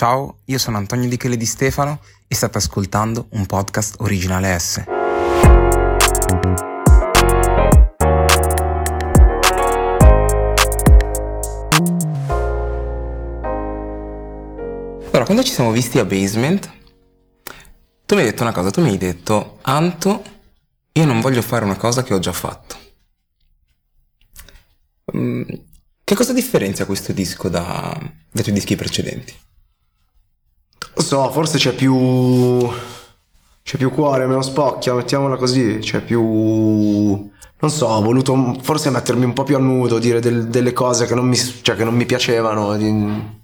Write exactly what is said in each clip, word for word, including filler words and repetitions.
Ciao, io sono Antonio Di Chele Di Stefano e state ascoltando un podcast originale S. Allora, quando ci siamo visti a Basement, tu mi hai detto una cosa, tu mi hai detto: Anto, io non voglio fare una cosa che ho già fatto. Mm, che cosa differenzia questo disco da, dai tuoi dischi precedenti? Non so, forse c'è più... c'è più cuore, meno spocchia, mettiamola così. C'è più... non so, ho voluto forse mettermi un po' più a nudo, dire del- delle cose che non mi, cioè, che non mi piacevano. di-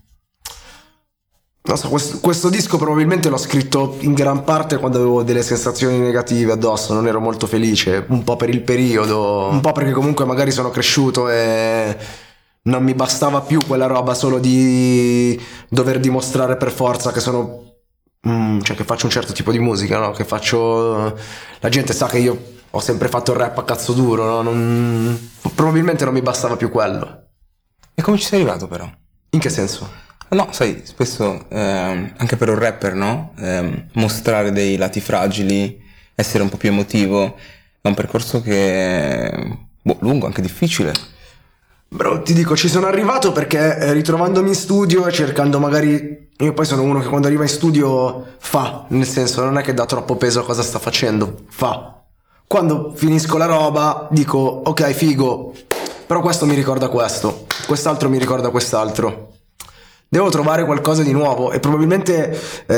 Non so, questo, questo disco probabilmente l'ho scritto in gran parte quando avevo delle sensazioni negative addosso, non ero molto felice, un po' per il periodo, un po' perché comunque magari sono cresciuto e non mi bastava più quella roba solo di dover dimostrare per forza che sono, mm, cioè che faccio un certo tipo di musica, no? Che faccio... La gente sa che io ho sempre fatto il rap a cazzo duro, no? Non... Probabilmente non mi bastava più quello. E come ci sei arrivato però? In che senso? No, sai, spesso ehm, anche per un rapper, no? Ehm, mostrare dei lati fragili, essere un po' più emotivo, è un percorso che è boh, lungo, anche difficile. Bro, ti dico, ci sono arrivato perché eh, ritrovandomi in studio e cercando magari... Io poi sono uno che quando arriva in studio fa, nel senso non è che dà troppo peso a cosa sta facendo, fa. Quando finisco la roba dico, ok, figo, però questo mi ricorda questo, quest'altro mi ricorda quest'altro. Devo trovare qualcosa di nuovo e probabilmente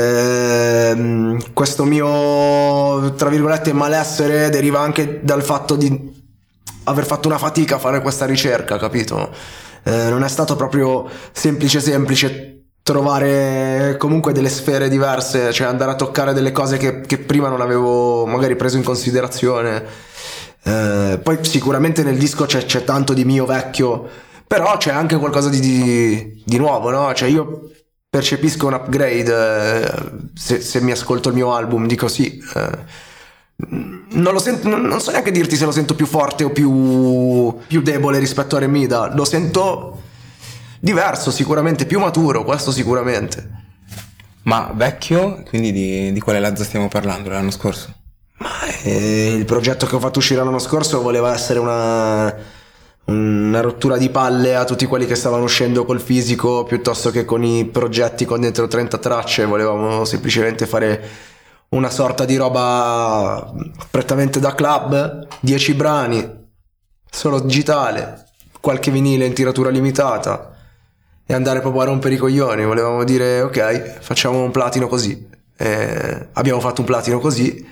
ehm, questo mio, tra virgolette, malessere deriva anche dal fatto di aver fatto una fatica a fare questa ricerca, capito? Eh, non è stato proprio semplice semplice trovare comunque delle sfere diverse, cioè andare a toccare delle cose che, che prima non avevo magari preso in considerazione. Eh, poi sicuramente nel disco c'è, c'è tanto di mio vecchio, però c'è anche qualcosa di, di, di nuovo, no? Cioè io percepisco un upgrade eh, se, se mi ascolto il mio album, dico sì. Eh, non lo sento, non, non so neanche dirti se lo sento più forte o più, più debole rispetto a Remida. Lo sento diverso, sicuramente più maturo, questo sicuramente. Ma vecchio, quindi di, di quale Lazza stiamo parlando l'anno scorso? Ma eh, il progetto che ho fatto uscire l'anno scorso voleva essere una, una rottura di palle a tutti quelli che stavano uscendo col fisico piuttosto che con i progetti con dentro trenta tracce. Volevamo semplicemente fare una sorta di roba prettamente da club, dieci brani, solo digitale, qualche vinile in tiratura limitata e andare proprio a rompere i coglioni. Volevamo dire ok, facciamo un platino così. E abbiamo fatto un platino così.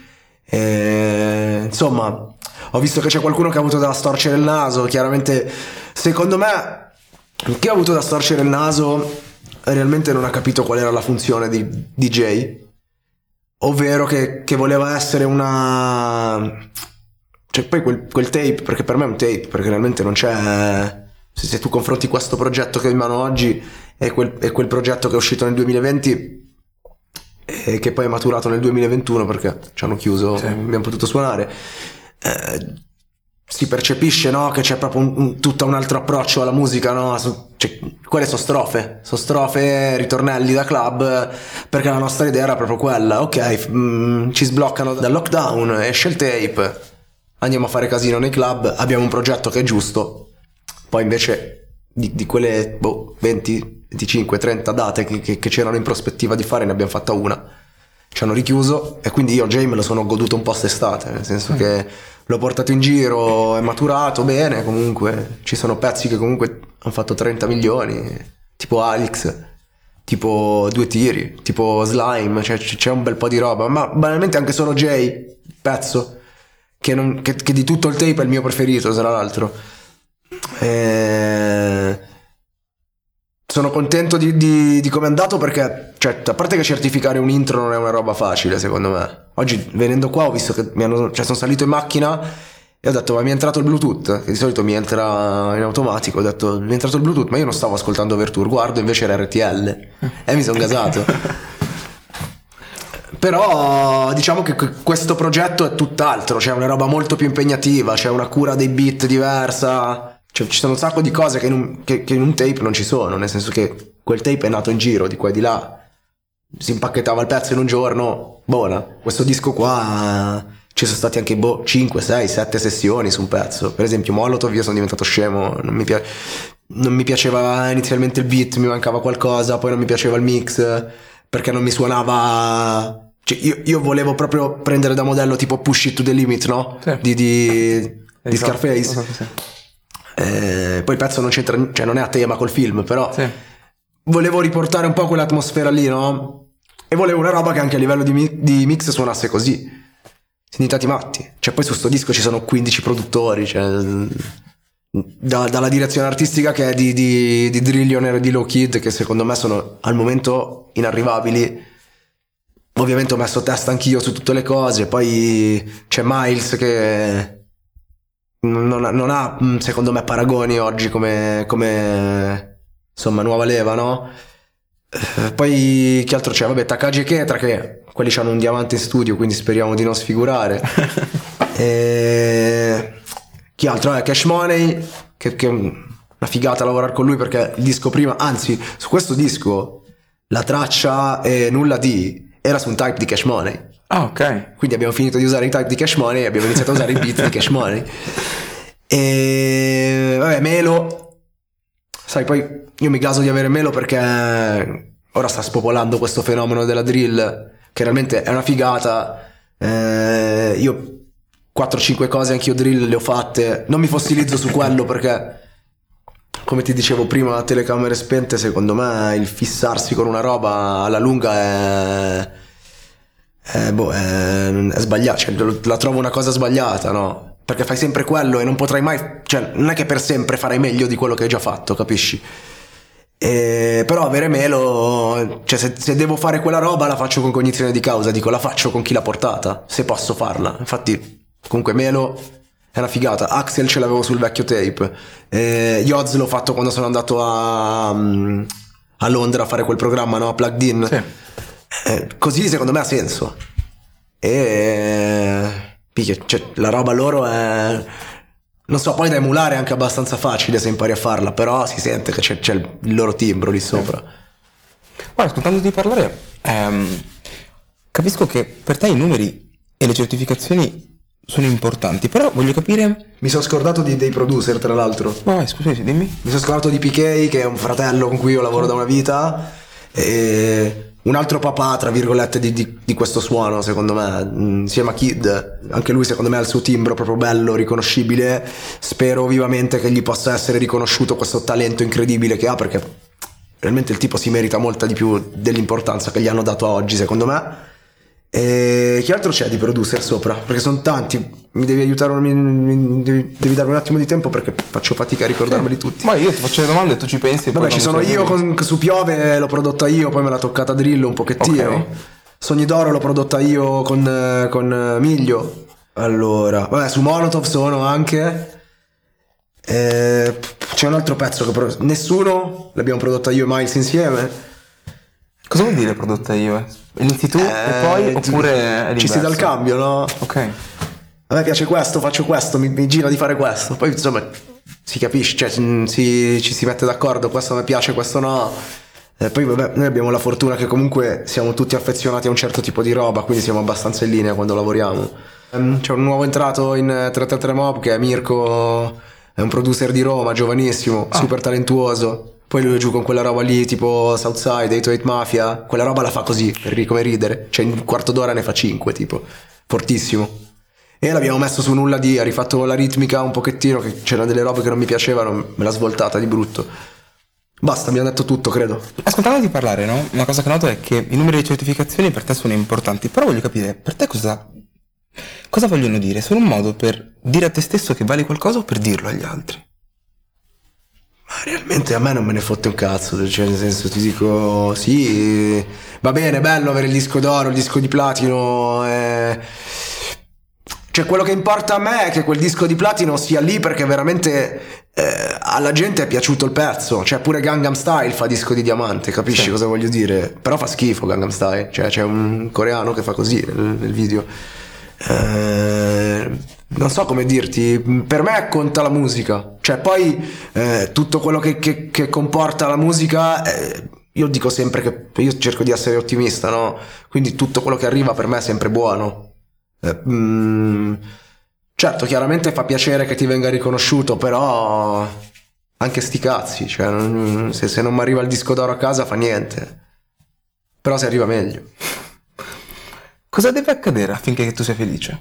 E, insomma, ho visto che c'è qualcuno che ha avuto da storcere il naso. Chiaramente, secondo me, chi ha avuto da storcere il naso realmente non ha capito qual era la funzione di D J. Ovvero che, che voleva essere una... Cioè poi quel, quel tape, perché per me è un tape, perché realmente non c'è... Se, se tu confronti questo progetto che ho in mano oggi e quel, e quel progetto che è uscito nel duemilaventi e che poi è maturato nel duemilaventuno perché ci hanno chiuso, sì, abbiamo potuto suonare, eh, si percepisce, no, che c'è proprio un, un, tutto un altro approccio alla musica, no? Cioè, quelle sono strofe, sono strofe, ritornelli da club, perché la nostra idea era proprio quella. Ok, mm, ci sbloccano dal lockdown, esce il tape, andiamo a fare casino nei club, abbiamo un progetto che è giusto. Poi invece di, di quelle boh, venti, venticinque, trenta date che, che, che c'erano in prospettiva di fare, ne abbiamo fatta una. Ci hanno richiuso e quindi io Jay me lo sono goduto un po' st'estate, nel senso mm. che l'ho portato in giro, è maturato bene, comunque ci sono pezzi che comunque hanno fatto trenta milioni, tipo Alex, tipo Due Tiri, tipo Slime, cioè c'è un bel po' di roba, ma banalmente anche solo Jay, il pezzo, che, non, che, che di tutto il tape è il mio preferito, tra l'altro. E... sono contento di, di, di come è andato perché, cioè, a parte che certificare un intro non è una roba facile, secondo me. Oggi venendo qua ho visto che mi hanno, cioè, sono salito in macchina e ho detto ma mi è entrato il Bluetooth, che di solito mi entra in automatico. Ho detto mi è entrato il Bluetooth, ma io non stavo ascoltando Overture, guardo invece era R T L e mi sono gasato. Però diciamo che questo progetto è tutt'altro, c'è una roba molto più impegnativa, c'è una cura dei beat diversa. Cioè, ci sono un sacco di cose che in, un, che, che in un tape non ci sono, nel senso che quel tape è nato in giro di qua e di là, si impacchettava il pezzo in un giorno, buona. Questo disco qua ci sono stati anche boh, cinque, sei, sette sessioni su un pezzo. Per esempio Molotov io sono diventato scemo, non mi, pi- non mi piaceva inizialmente il beat, mi mancava qualcosa, poi non mi piaceva il mix perché non mi suonava, cioè io, io volevo proprio prendere da modello tipo Push It to the Limit, no? Sì. Di, di, di Scarface. Esatto, sì. Eh, poi il pezzo non c'entra, cioè non è a tema col film, però Sì. volevo riportare un po' quell'atmosfera lì, no? E volevo una roba che anche a livello di, mi- di mix suonasse così. Siamo diventati matti. Cioè poi su sto disco ci sono quindici produttori, cioè, da- dalla direzione artistica che è di, di, di Drillionaire e di Low Kid, che secondo me sono al momento inarrivabili. Ovviamente ho messo testa anch'io su tutte le cose. Poi c'è Miles che non ha, non ha secondo me paragoni oggi come, come insomma nuova leva, no? Eh, poi chi altro c'è? Vabbè, Takagi e Ketra, che quelli hanno un diamante in studio, quindi speriamo di non sfigurare. E chi altro? Eh, Cash Money, che, che è una figata lavorare con lui, perché il disco prima, anzi su questo disco la traccia eh, Nulla di era su un type di Cash Money. Ah, ok. Quindi abbiamo finito di usare i type di Cash Money e abbiamo iniziato a usare i beat di Cash Money. E vabbè, Melo, sai, poi io mi gaso di avere Melo perché ora sta spopolando questo fenomeno della drill, che realmente è una figata. Eh, io quattro cinque cose anch'io drill le ho fatte, non mi fossilizzo su quello perché, come ti dicevo prima, a telecamere spente, secondo me il fissarsi con una roba alla lunga è, è, boh, è, è sbagliato, cioè, la trovo una cosa sbagliata, no? Perché fai sempre quello e non potrai mai, cioè non è che per sempre farai meglio di quello che hai già fatto, capisci? E, però avere Melo, cioè se, se devo fare quella roba la faccio con cognizione di causa, dico la faccio con chi l'ha portata, se posso farla. Infatti comunque Melo è una figata. Axel ce l'avevo sul vecchio tape, e Yoz l'ho fatto quando sono andato a, a Londra a fare quel programma, no? Plugged In. Sì. Eh, così secondo me ha senso. E picchia, cioè, la roba loro è, non so, poi da emulare è anche abbastanza facile se impari a farla, però si sente che c'è, c'è il loro timbro lì sopra. Guarda, ascoltandoti parlare, ehm, capisco che per te i numeri e le certificazioni sono importanti, però voglio capire... Mi sono scordato di, dei producer, tra l'altro. Vai, scusi, dimmi. Mi sono scordato di P K, che è un fratello con cui io lavoro da una vita, e un altro papà, tra virgolette, di, di, di questo suono, secondo me, insieme a Kid. Anche lui, secondo me, ha il suo timbro proprio bello, riconoscibile. Spero vivamente che gli possa essere riconosciuto questo talento incredibile che ha, perché realmente il tipo si merita molta di più dell'importanza che gli hanno dato a oggi, secondo me. E che altro c'è di producer sopra? Perché sono tanti. Mi devi aiutare, mi, mi, devi, devi darmi un attimo di tempo perché faccio fatica a ricordarmeli tutti. Ma io ti faccio le domande e tu ci pensi e Vabbè, poi ci sono io con, su Piove, l'ho prodotta io, poi me l'ha toccata Drillo un pochettino. Ok. Sogni d'oro l'ho prodotta io con, con Miglio. Allora, vabbè, su Molotov sono anche. Eh, c'è un altro pezzo che pro- nessuno, l'abbiamo prodotta io e Miles insieme. Cosa vuol dire prodotta io? Inizi tu Eh, e poi oppure è ci si dà il cambio, no? Ok. A me piace questo, faccio questo, mi, mi gira di fare questo. Poi insomma si capisce, cioè si, ci si mette d'accordo, questo a me piace, questo no. E poi vabbè, noi abbiamo la fortuna che comunque siamo tutti affezionati a un certo tipo di roba, quindi siamo abbastanza in linea quando lavoriamo. Um, c'è un nuovo entrato in tre tre tre Mob che è Mirko, è un producer di Roma, giovanissimo, Ah. super talentuoso. Poi lui è giù con quella roba lì tipo Southside, otto otto Mafia, quella roba la fa così, per ri- come ridere, cioè in un quarto d'ora ne fa cinque, tipo, fortissimo. E l'abbiamo messo su Nulla di, ha rifatto la ritmica un pochettino, che c'erano delle robe che non mi piacevano, me l'ha svoltata di brutto. Basta, mi ha detto tutto, credo. Ascoltandoti parlare, no? Una cosa che noto è che i numeri di certificazioni per te sono importanti, però voglio capire, per te cosa, cosa vogliono dire? Sono un modo per dire a te stesso che vali qualcosa o per dirlo agli altri? Ma realmente a me non me ne fotte un cazzo, cioè nel senso ti dico sì, va bene, bello avere il disco d'oro, il disco di platino, eh... cioè quello che importa a me è che quel disco di platino sia lì perché veramente eh, alla gente è piaciuto il pezzo, cioè pure Gangnam Style fa disco di diamante, capisci Sì. cosa voglio dire? Però fa schifo Gangnam Style, cioè c'è un coreano che fa così nel, nel video. Eh, non so come dirti, per me conta la musica, cioè poi eh, tutto quello che, che, che comporta la musica eh, io dico sempre che io cerco di essere ottimista, no? Quindi tutto quello che arriva per me è sempre buono. Eh, mm, certo, chiaramente fa piacere che ti venga riconosciuto, però anche sti cazzi, cioè non, se, se non mi arriva il disco d'oro a casa fa niente. Però se arriva meglio. Cosa deve accadere affinché tu sia felice?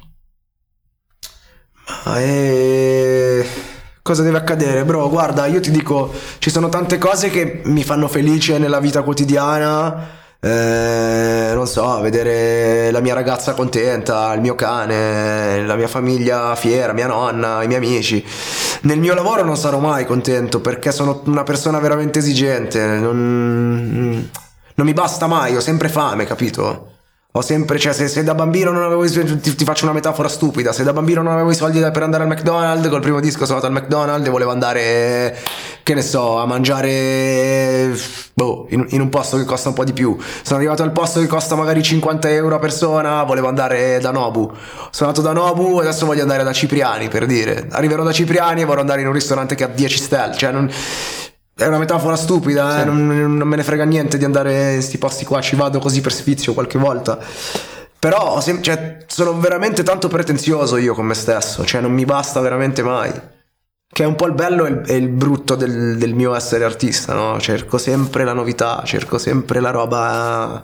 Ma è... Cosa deve accadere? Bro, guarda, io ti dico, ci sono tante cose che mi fanno felice nella vita quotidiana, eh, non so, vedere la mia ragazza contenta, il mio cane, la mia famiglia fiera, mia nonna, i miei amici. Nel mio lavoro non sarò mai contento perché sono una persona veramente esigente, non, non mi basta mai, ho sempre fame, capito? Ho sempre, cioè se, se da bambino non avevo i soldi, ti, ti faccio una metafora stupida, se da bambino non avevo i soldi per andare al McDonald's, col primo disco sono andato al McDonald's e volevo andare, che ne so, a mangiare boh, in, in un posto che costa un po' di più. Sono arrivato al posto che costa magari cinquanta euro a persona, volevo andare da Nobu. Sono andato da Nobu e adesso voglio andare da Cipriani, per dire. Arriverò da Cipriani e vorrò andare in un ristorante che ha dieci stelle, cioè non... È una metafora stupida, sì. eh? non, non me ne frega niente di andare in questi posti qua, ci vado così per sfizio qualche volta. Però sem- cioè, sono veramente tanto pretenzioso io con me stesso, cioè non mi basta veramente mai. Che è un po' il bello e il, e il brutto del, del mio essere artista, no? Cerco sempre la novità, cerco sempre la roba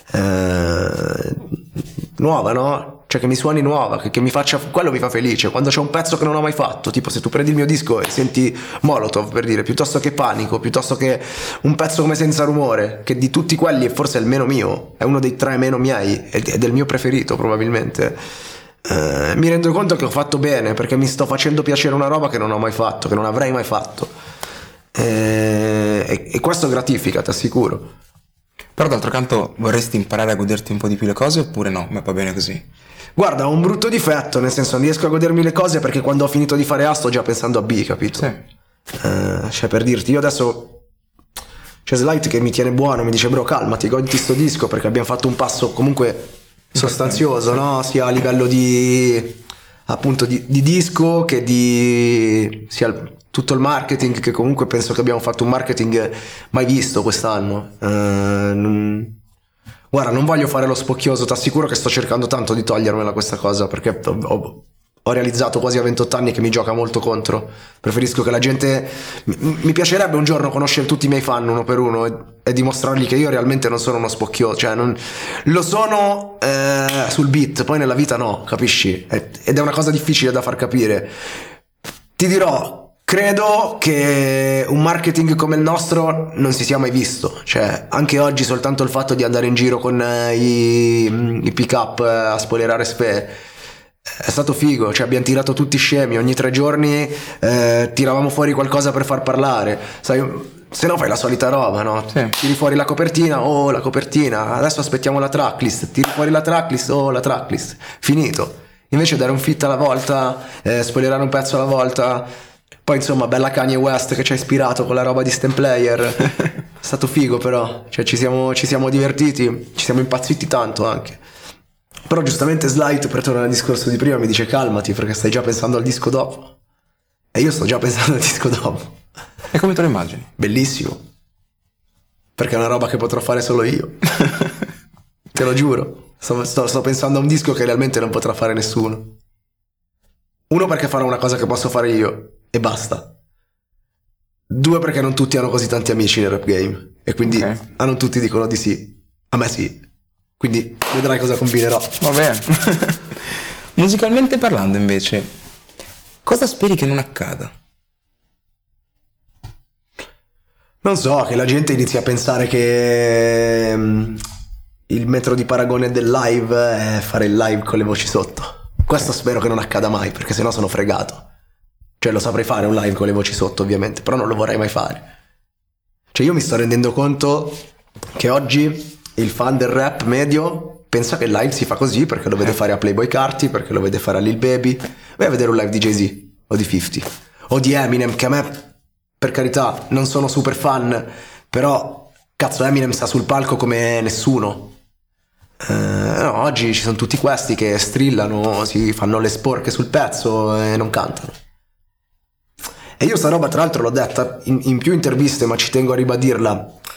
eh, nuova, no? Cioè che mi suoni nuova, che, che mi faccia, quello mi fa felice. Quando c'è un pezzo che non ho mai fatto, tipo se tu prendi il mio disco e senti Molotov, per dire, piuttosto che Panico, piuttosto che un pezzo come Senza Rumore, che di tutti quelli forse è il meno mio, è uno dei tre meno miei ed è del mio preferito probabilmente, eh, mi rendo conto che ho fatto bene perché mi sto facendo piacere una roba che non ho mai fatto, che non avrei mai fatto, eh, e, e questo gratifica, ti assicuro. Però d'altro canto vorresti imparare a goderti un po' di più le cose oppure no? Ma va bene così? Guarda, ho un brutto difetto, nel senso non riesco a godermi le cose perché quando ho finito di fare A sto già pensando a B, capito? Sì. Eh, cioè per dirti, io adesso c'è Slight che mi tiene buono, mi dice bro calmati, goditi sto disco perché abbiamo fatto un passo comunque sostanzioso, no? Sia a livello di appunto di, di disco che di sia il, tutto il marketing, che comunque penso che abbiamo fatto un marketing mai visto quest'anno. Eh, non... Guarda, non voglio fare lo spocchioso, ti assicuro che sto cercando tanto di togliermela questa cosa perché ho, ho realizzato quasi a ventotto anni che mi gioca molto contro. Preferisco che la gente... Mi, mi piacerebbe un giorno conoscere tutti i miei fan uno per uno e, e dimostrargli che io realmente non sono uno spocchioso, cioè non... Lo sono eh, sul beat, poi nella vita no, capisci? Ed è una cosa difficile da far capire. Ti dirò... Credo che un marketing come il nostro non si sia mai visto, cioè anche oggi soltanto il fatto di andare in giro con eh, i, i pick up eh, a spoilerare spe è stato figo, cioè abbiamo tirato tutti scemi, ogni tre giorni eh, tiravamo fuori qualcosa per far parlare, sai, se no fai la solita roba, no? Sì. Tiri fuori la copertina, oh la copertina, adesso aspettiamo la tracklist, tiri fuori la tracklist, oh la tracklist, finito. Invece dare un fit alla volta, eh, spoilerare un pezzo alla volta. Poi insomma bella Kanye West che ci ha ispirato con la roba di Stem Player. È stato figo però, cioè ci siamo, ci siamo divertiti, ci siamo impazziti tanto anche. Però giustamente Slight, per tornare al discorso di prima, mi dice calmati perché stai già pensando al disco dopo. E io sto già pensando al disco dopo. E come te lo immagini? Bellissimo. Perché è una roba che potrò fare solo io. Te lo giuro. Sto, sto, sto pensando a un disco che realmente non potrà fare nessuno. Uno perché farò una cosa che posso fare io e basta. Due perché non tutti hanno così tanti amici nel rap game e quindi okay. A non tutti dicono di sì. A me sì. Quindi vedrai cosa combinerò. Va bene. Musicalmente parlando invece, cosa speri che non accada? Non so, che la gente inizi a pensare che um, il metro di paragone del live è fare il live con le voci sotto. Questo spero che non accada mai, perché sennò sono fregato. Cioè lo saprei fare un live con le voci sotto ovviamente, però non lo vorrei mai fare. Cioè io mi sto rendendo conto che oggi il fan del rap medio pensa che il live si fa così perché lo vede fare a Playboi Carti, perché lo vede fare a Lil Baby. Vai a vedere un live di Jay-Z o di cinquanta o di Eminem, che a me, per carità, non sono super fan, però cazzo Eminem sta sul palco come nessuno. Uh, no, oggi ci sono tutti questi che strillano, si fanno le sporche sul pezzo e non cantano. E io sta roba tra l'altro l'ho detta in, in più interviste, ma ci tengo a ribadirla.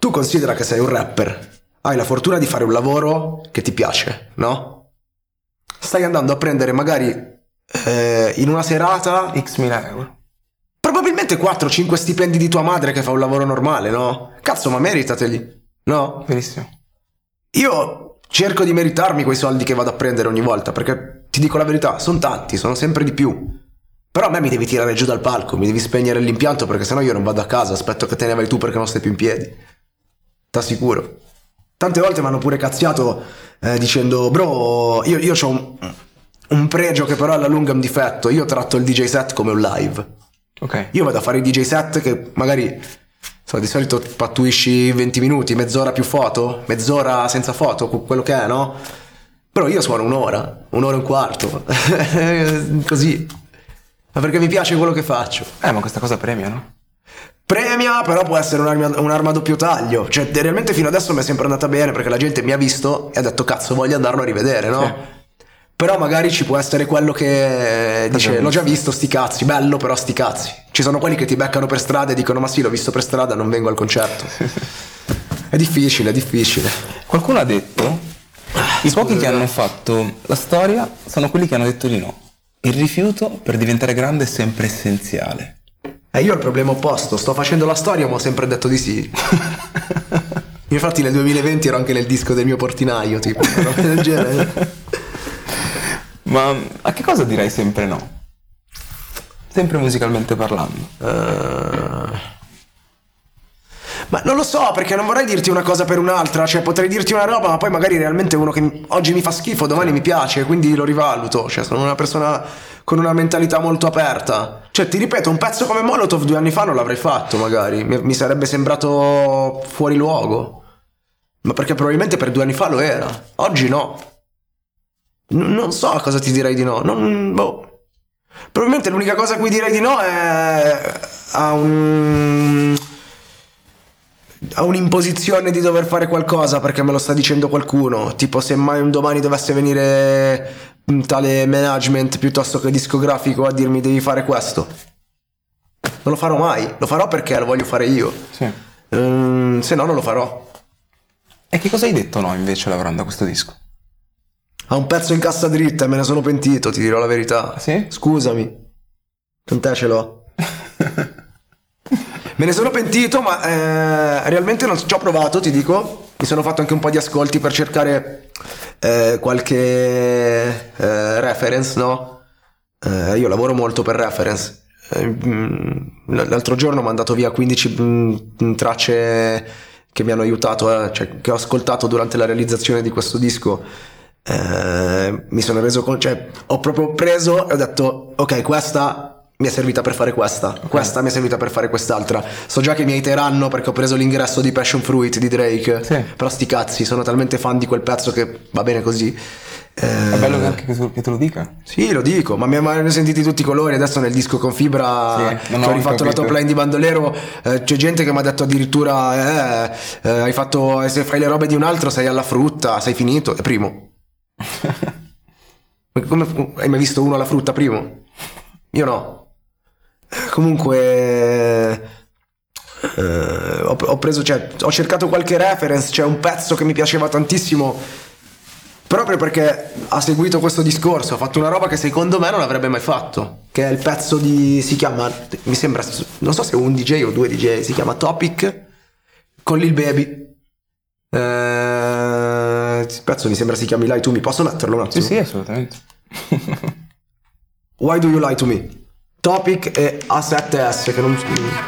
tu considera che sei un rapper, hai la fortuna di fare un lavoro che ti piace, no? Stai andando a prendere magari eh, in una serata X mila euro. probabilmente quattro cinque stipendi di tua madre che fa un lavoro normale, no? Cazzo, ma meritateli, no? Verissimo. Io cerco di meritarmi quei soldi che vado a prendere ogni volta, perché ti dico la verità, sono tanti, sono sempre di più. Però a me mi devi tirare giù dal palco, mi devi spegnere l'impianto, perché sennò io non vado a casa, aspetto che te ne vai tu perché non stai più in piedi. T'assicuro. Tante volte mi hanno pure cazziato eh, dicendo bro, io, io ho un, un pregio che però alla lunga è un difetto, io tratto il D J set come un live. Ok. Io vado a fare i D J set che magari so, di solito pattuisci venti minuti, mezz'ora più foto, mezz'ora senza foto, quello che è, no? Però io suono un'ora, un'ora e un quarto, così. Ma perché mi piace quello che faccio. Eh, ma questa cosa premia, no? Premia, però può essere un'arma, un'arma a doppio taglio. Cioè, realmente fino adesso mi è sempre andata bene perché la gente mi ha visto e ha detto cazzo, voglio andarlo a rivedere, no? Sì. Però magari ci può essere quello che dice l'ho già visto, sti cazzi, bello però sti cazzi. Ci sono quelli che ti beccano per strada e dicono ma sì, l'ho visto per strada, non vengo al concerto. È difficile, è difficile. Qualcuno ha detto i pochi che hanno fatto la storia sono quelli che hanno detto di no. Il rifiuto per diventare grande è sempre essenziale. E io ho il problema opposto, sto facendo la storia ma ho sempre detto di sì. Infatti nel duemilaventi ero anche nel disco del mio portinaio, tipo, una roba del genere. Ma a che cosa direi sempre no? Sempre musicalmente parlando. Uh... Ma non lo so, perché non vorrei dirti una cosa per un'altra. Cioè potrei dirti una roba ma poi magari realmente uno che oggi mi fa schifo domani mi piace, quindi lo rivaluto. Cioè sono una persona con una mentalità molto aperta. Cioè ti ripeto, un pezzo come Molotov due anni fa non l'avrei fatto magari, mi, mi sarebbe sembrato fuori luogo. Ma perché probabilmente per due anni fa lo era. Oggi no. N- non so a cosa ti direi di no. Non, boh. Probabilmente l'unica cosa a cui direi di no è a un... a un'imposizione di dover fare qualcosa perché me lo sta dicendo qualcuno. Tipo se mai un domani dovesse venire un tale management piuttosto che discografico a dirmi devi fare questo, non lo farò mai. Lo farò perché lo voglio fare io. Sì. um, Se no non lo farò. E che cosa hai detto no invece lavorando a questo disco? Ha un pezzo in cassa dritta e me ne sono pentito, ti dirò la verità. Sì? Scusami, con te ce l'ho. Me ne sono pentito, ma eh, realmente non ci ho provato, ti dico. Mi sono fatto anche un po' di ascolti per cercare eh, qualche eh, reference, no? Eh, io lavoro molto per reference. Eh, l'altro giorno mi ho mandato via quindici mh, tracce che mi hanno aiutato, eh, cioè che ho ascoltato durante la realizzazione di questo disco. Eh, mi sono reso conto, cioè ho proprio preso e ho detto ok, questa mi è servita per fare questa, okay. Questa mi è servita per fare quest'altra. So già che mi hateranno perché ho preso l'ingresso di Passion Fruit di Drake, sì. Però sti cazzi, sono talmente fan di quel pezzo che va bene così. eh... È bello anche che, tu, che te lo dica. Sì, lo dico, ma mi hanno sentiti tutti i colori. Adesso nel disco con Fibra, sì, che ho rifatto la top line di Bandolero, eh, c'è gente che mi ha detto addirittura eh, eh, hai fatto, se fai le robe di un altro sei alla frutta, sei finito. È primo. Come, hai mai visto uno alla frutta primo? Io no. Comunque eh, ho, ho preso, cioè ho cercato qualche reference. C'è un pezzo che mi piaceva tantissimo proprio perché ha seguito questo discorso, ha fatto una roba che secondo me non avrebbe mai fatto, che è il pezzo di, si chiama, mi sembra, non so se è un D J o due D J, si chiama Topic con Lil Baby. Eh, il pezzo mi sembra si chiami Lie to Me. Posso metterlo un attimo? Sì, sì, assolutamente. Why do you lie to me? Topic e A sette S che non...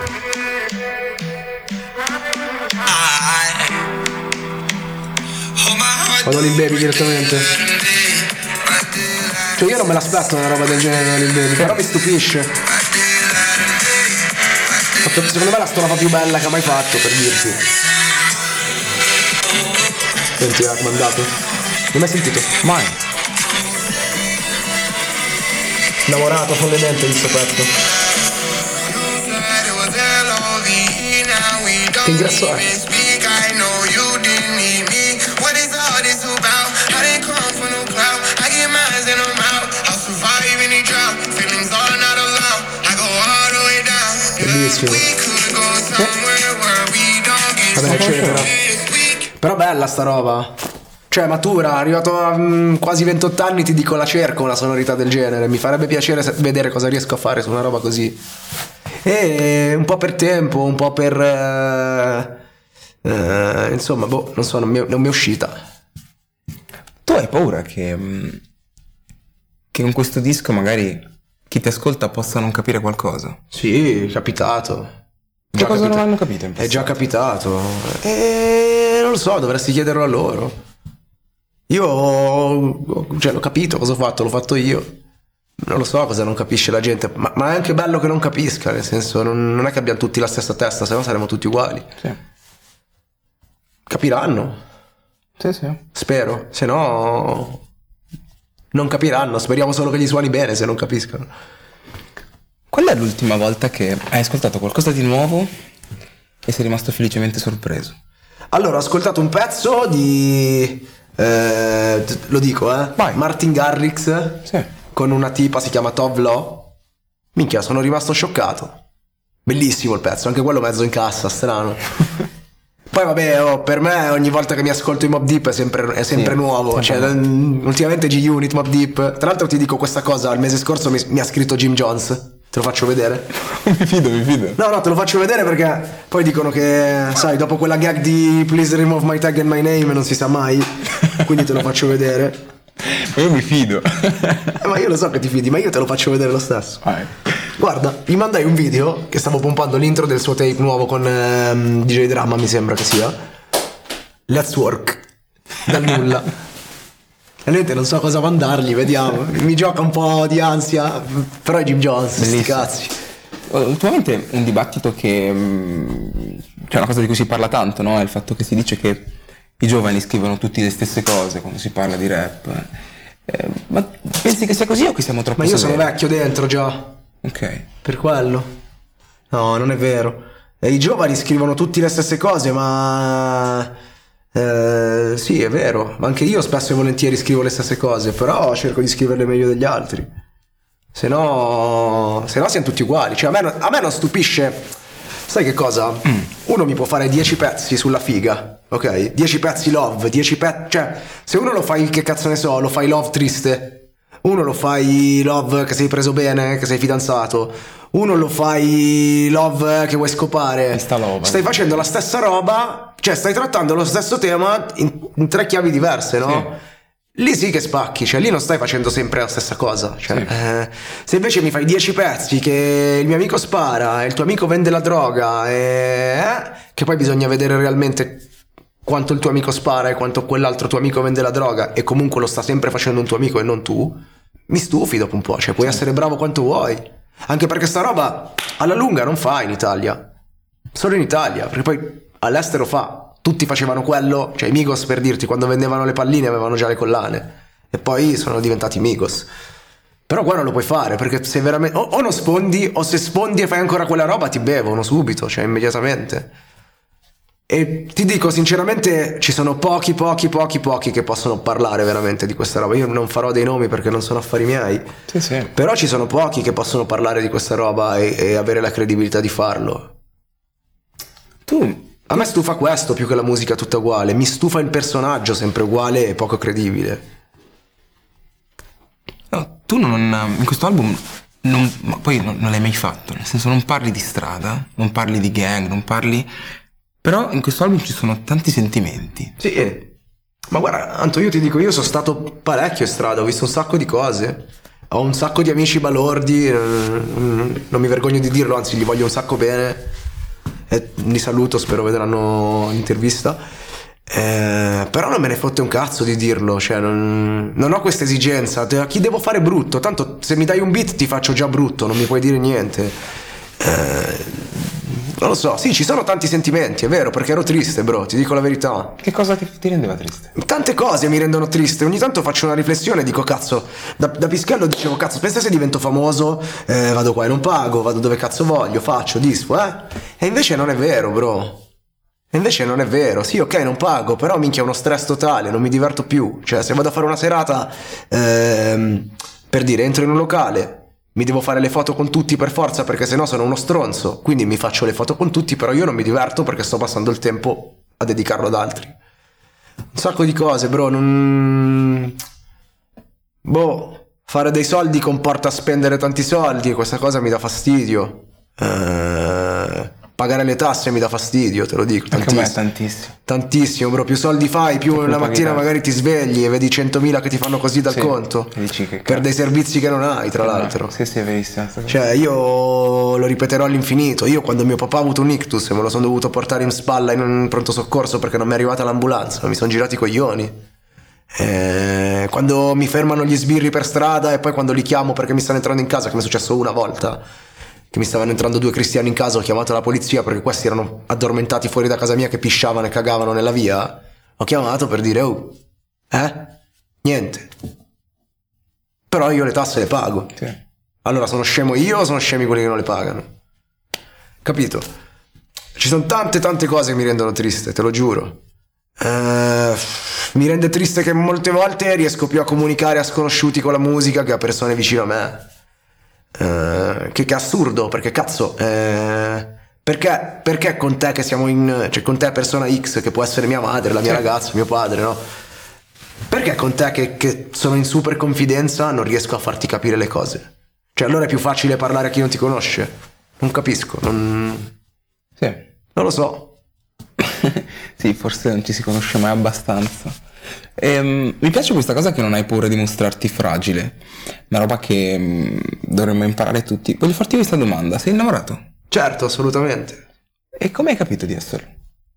Vado Lil Baby direttamente. Cioè io non me l'aspetto una roba del genere da Lil Baby, però mi stupisce. Secondo me la storia più bella che ha mai fatto, per dirti. Senti, l'ha mandato. Non hai sentito? Mai. Lavorato follemente in questo pezzo. Che ingresso è? Bellissimo. vabbè, eccetera. Però bella sta roba. Cioè matura, arrivato a mm, quasi ventotto anni ti dico la cerco una sonorità del genere. Mi farebbe piacere se- vedere cosa riesco a fare su una roba così. E un po' per tempo, un po' per... eh, eh, insomma, boh, non so, non mi, non mi è uscita. Tu hai paura che, mh, che con questo disco magari chi ti ascolta possa non capire qualcosa? Sì, è capitato. Che Già cosa capita- non hanno capito in È già passato? capitato. E non lo so, dovresti chiederlo a loro. Io ho- cioè, l'ho capito cosa ho fatto, l'ho fatto io. Non lo so cosa non capisce la gente, ma, ma è anche bello che non capisca, nel senso non, non è che abbiamo tutti la stessa testa, se no saremmo tutti uguali. Sì, Capiranno, sì, sì. spero, se no non capiranno, speriamo solo che gli suoni bene se non capiscono. Qual è l'ultima volta che hai ascoltato qualcosa di nuovo e sei rimasto felicemente sorpreso? Allora, ho ascoltato un pezzo di... eh, t- lo dico, eh? Vai. Martin Garrix Sì. con una tipa, si chiama Tove Lo. Minchia, sono rimasto scioccato. Bellissimo il pezzo, anche quello mezzo in cassa, strano. Poi vabbè, oh, per me ogni volta che mi ascolto i Mobb Deep è sempre, è sempre Sì, nuovo. sempre Cioè, mm, ultimamente G-Unit, Mobb Deep. Tra l'altro ti dico questa cosa, il mese scorso mi, mi ha scritto Jim Jones. Te lo faccio vedere? mi fido, mi fido. No, no, te lo faccio vedere perché poi dicono che, sai, dopo quella gag di Please remove my tag and my name non si sa mai. Quindi te lo faccio vedere. Ma io mi fido. Eh, ma io lo so che ti fidi, ma io te lo faccio vedere lo stesso. Vai. Guarda, gli mandai un video che stavo pompando l'intro del suo tape nuovo con ehm, D J Drama, mi sembra che sia. Let's work. Dal nulla. Realmente non so cosa mandargli, vediamo. Mi gioca un po' di ansia, però è Jim Jones, sti Bellissimo. cazzi. Ultimamente un dibattito che mh, c'è una cosa di cui si parla tanto, no? È il fatto che si dice che i giovani scrivono tutti le stesse cose quando si parla di rap. Eh, ma pensi che sia così o che siamo troppo Ma io sono severi? vecchio dentro già, Ok. per quello. No, non è vero. E i giovani scrivono tutte le stesse cose, ma... eh, sì, è vero. Ma anche io spesso e volentieri scrivo le stesse cose, però cerco di scriverle meglio degli altri. Se no... Se no siamo tutti uguali. Cioè, a me, non- a me non stupisce... Sai che cosa? Uno mi può fare dieci pezzi sulla figa, ok? dieci pezzi love, dieci pezzi... Cioè, se uno lo fai, che cazzo ne so, lo fai love triste. Uno lo fai love che sei preso bene, che sei fidanzato. Uno lo fai love che vuoi scopare. Insta love. Stai facendo la stessa roba, cioè stai trattando lo stesso tema in, in tre chiavi diverse, no? Lì sì che spacchi, cioè lì non stai facendo sempre la stessa cosa. Cioè, Sì. eh, se invece mi fai dieci pezzi che il mio amico spara e il tuo amico vende la droga, e, eh, che poi bisogna vedere realmente quanto il tuo amico spara e quanto quell'altro tuo amico vende la droga, e comunque lo sta sempre facendo un tuo amico e non tu, mi stufi dopo un po', cioè puoi essere bravo quanto vuoi. Anche perché sta roba alla lunga non fa in Italia, solo in Italia, perché poi all'estero fa. Tutti facevano quello, cioè i Migos, per dirti, quando vendevano le palline avevano già le collane e poi sono diventati Migos. Però qua non lo puoi fare, perché se veramente o, o non sfondi, o se sfondi e fai ancora quella roba ti bevono subito, cioè immediatamente. E ti dico sinceramente, ci sono pochi pochi pochi pochi che possono parlare veramente di questa roba. Io non farò dei nomi perché non sono affari miei, Sì, sì. però ci sono pochi che possono parlare di questa roba e, e avere la credibilità di farlo. Tu... A me stufa questo più che la musica tutta uguale. Mi stufa il personaggio sempre uguale e poco credibile. No, tu non, in questo album non, ma poi non, non l'hai mai fatto, nel senso non parli di strada, non parli di gang, non parli... Però in questo album ci sono tanti sentimenti. Sì, eh. Ma guarda, Anto, io ti dico, io sono stato parecchio in strada, ho visto un sacco di cose. Ho un sacco di amici balordi, eh, non mi vergogno di dirlo, anzi gli voglio un sacco bene. E li saluto, spero vedranno l'intervista. Eh, però non me ne fotte un cazzo di dirlo, cioè non, non ho questa esigenza. A chi devo fare brutto? Tanto se mi dai un beat ti faccio già brutto, non mi puoi dire niente. Eh, non lo so, sì, ci sono tanti sentimenti, è vero, perché ero triste, bro, ti dico la verità. Che cosa ti, ti rendeva triste? Tante cose mi rendono triste, ogni tanto faccio una riflessione e dico cazzo, da, da Pischello dicevo cazzo, pensa se divento famoso, eh, vado qua e non pago, vado dove cazzo voglio, faccio, disfo, eh? E invece non è vero, bro. E invece non è vero, sì, ok, non pago, però minchia è uno stress totale, non mi diverto più. Cioè, se vado a fare una serata, ehm, per dire, entro in un locale, mi devo fare le foto con tutti per forza perché sennò sono uno stronzo, quindi mi faccio le foto con tutti, però io non mi diverto perché sto passando il tempo a dedicarlo ad altri. Un sacco di cose, bro, non... Boh, fare dei soldi comporta spendere tanti soldi e questa cosa mi dà fastidio. Eh... Pagare le tasse mi dà fastidio, te lo dico. Anche a me tantissimo. Tantissimo, bro. Più soldi fai, più la mattina magari ti svegli e vedi centomila che ti fanno così dal sì, conto. Dici che per dei servizi che non hai, tra l'altro. Sì, sì, è verissimo. Cioè, io lo ripeterò all'infinito. Io quando mio papà ha avuto un ictus e me lo sono dovuto portare in spalla in un pronto soccorso perché non mi è arrivata l'ambulanza, mi sono girati i coglioni. Eh, quando mi fermano gli sbirri per strada e poi quando li chiamo perché mi stanno entrando in casa, che mi è successo una volta, che mi stavano entrando due cristiani in casa, ho chiamato la polizia perché questi erano addormentati fuori da casa mia che pisciavano e cagavano nella via. Ho chiamato per dire, oh, eh? Niente. Però io le tasse le pago. Sì. Allora sono scemo io o sono scemi quelli che non le pagano? Capito? Ci sono tante tante cose che mi rendono triste, te lo giuro. Eh, mi rende triste che molte volte riesco più a comunicare a sconosciuti con la musica che a persone vicino a me. Uh, che, che è assurdo, perché cazzo eh, perché, perché con te che siamo in, cioè con te persona X che può essere mia madre, la mia sì. ragazza, mio padre, no? Perché con te che, che sono in super confidenza non riesco a farti capire le cose? Cioè allora è più facile parlare a chi non ti conosce? Non capisco, non... Sì. Non lo so. Sì, forse non ci si conosce mai abbastanza. Ehm, mi piace questa cosa che non hai paura di mostrarti fragile, una roba che mh, dovremmo imparare tutti. Voglio farti questa domanda: sei innamorato? Certo, assolutamente. E come hai capito di esserlo?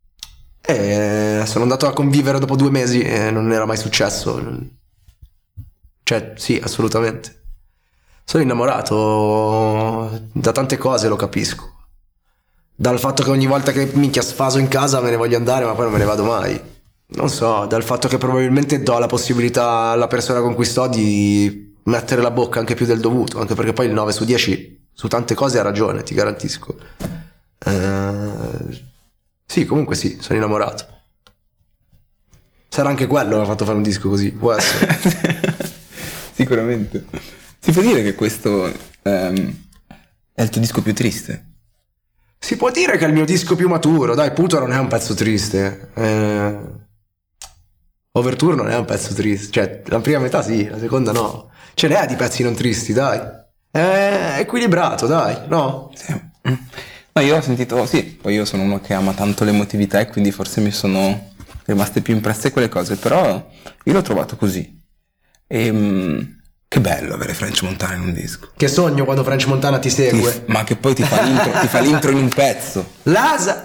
Eh, sono andato a convivere dopo due mesi e non era mai successo. Cioè, sì, assolutamente. Sono innamorato da tante cose, lo capisco. Dal fatto che ogni volta che minchia sfaso in casa me ne voglio andare, ma poi non me ne vado mai. Non so, dal fatto che probabilmente do la possibilità alla persona con cui sto di mettere la bocca anche più del dovuto, anche perché poi il nove su dieci su tante cose ha ragione, ti garantisco. Eh, sì, comunque sì, sono innamorato. Sarà anche quello che mi ha fatto fare un disco così, può essere. Sicuramente. Si può dire che questo ehm, è il tuo disco più triste? Si può dire che è il mio disco più maturo, dai, Puto non è un pezzo triste. Eh... Overture non è un pezzo triste, cioè la prima metà sì, la seconda no. Ce n'è di pezzi non tristi, dai. È equilibrato, dai, no? Sì. No, io ho sentito, sì, poi io sono uno che ama tanto l'emotività e quindi forse mi sono rimaste più impresse quelle cose, però io l'ho trovato così. E che bello avere French Montana in un disco. Che sogno quando French Montana ti segue. Ti, ma che poi ti fa l'intro, ti fa l'intro in un pezzo. Lasa!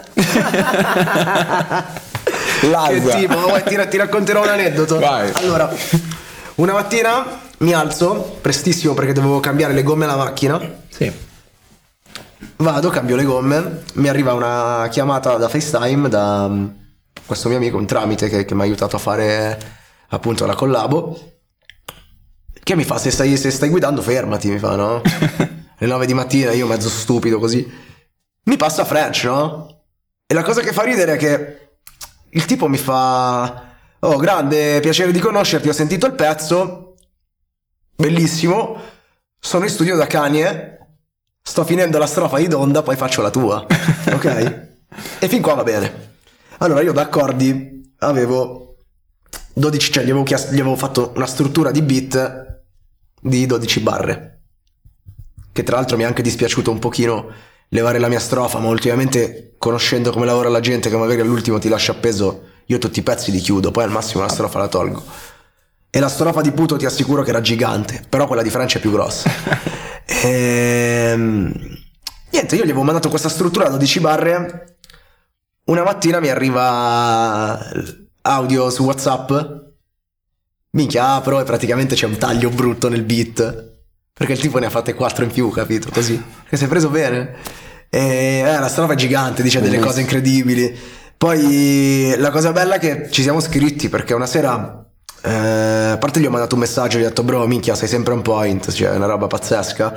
Lasa! Che tipo, vuoi, ti, ti racconterò un aneddoto. Vai. Allora, una mattina mi alzo prestissimo perché dovevo cambiare le gomme alla macchina. Sì. Vado, cambio le gomme, mi arriva una chiamata da FaceTime da questo mio amico, un tramite che, che mi ha aiutato a fare appunto la collabo, che mi fa: se stai, se stai guidando fermati, mi fa, no? Le nove di mattina, io mezzo stupido così, mi passa French, no? E la cosa che fa ridere è che il tipo mi fa: oh, grande, piacere di conoscerti, ho sentito il pezzo, bellissimo, sono in studio da Kanye, sto finendo la strofa di Donda, poi faccio la tua. Ok? E fin qua va bene. Allora io da accordi avevo dodici, cioè gli avevo, chiesto, gli avevo fatto una struttura di beat di dodici barre, che tra l'altro mi è anche dispiaciuto un pochino levare la mia strofa, ma ultimamente, conoscendo come lavora la gente, che magari all'ultimo ti lascia appeso, io tutti i pezzi li chiudo, poi al massimo la strofa la tolgo. E la strofa di Puto ti assicuro che era gigante, però quella di Francia è più grossa. Ehm... Niente, io gli avevo mandato questa struttura a dodici barre. Una mattina mi arriva audio su WhatsApp, minchia, apro e praticamente c'è un taglio brutto nel beat, perché il tipo ne ha fatte quattro in più, capito? Così, che si è preso bene. E eh, la strofa è gigante, dice delle cose incredibili. Poi la cosa bella è che ci siamo scritti, perché una sera eh, a parte gli ho mandato un messaggio, gli ho detto: bro, minchia, sei sempre on point, cioè è una roba pazzesca.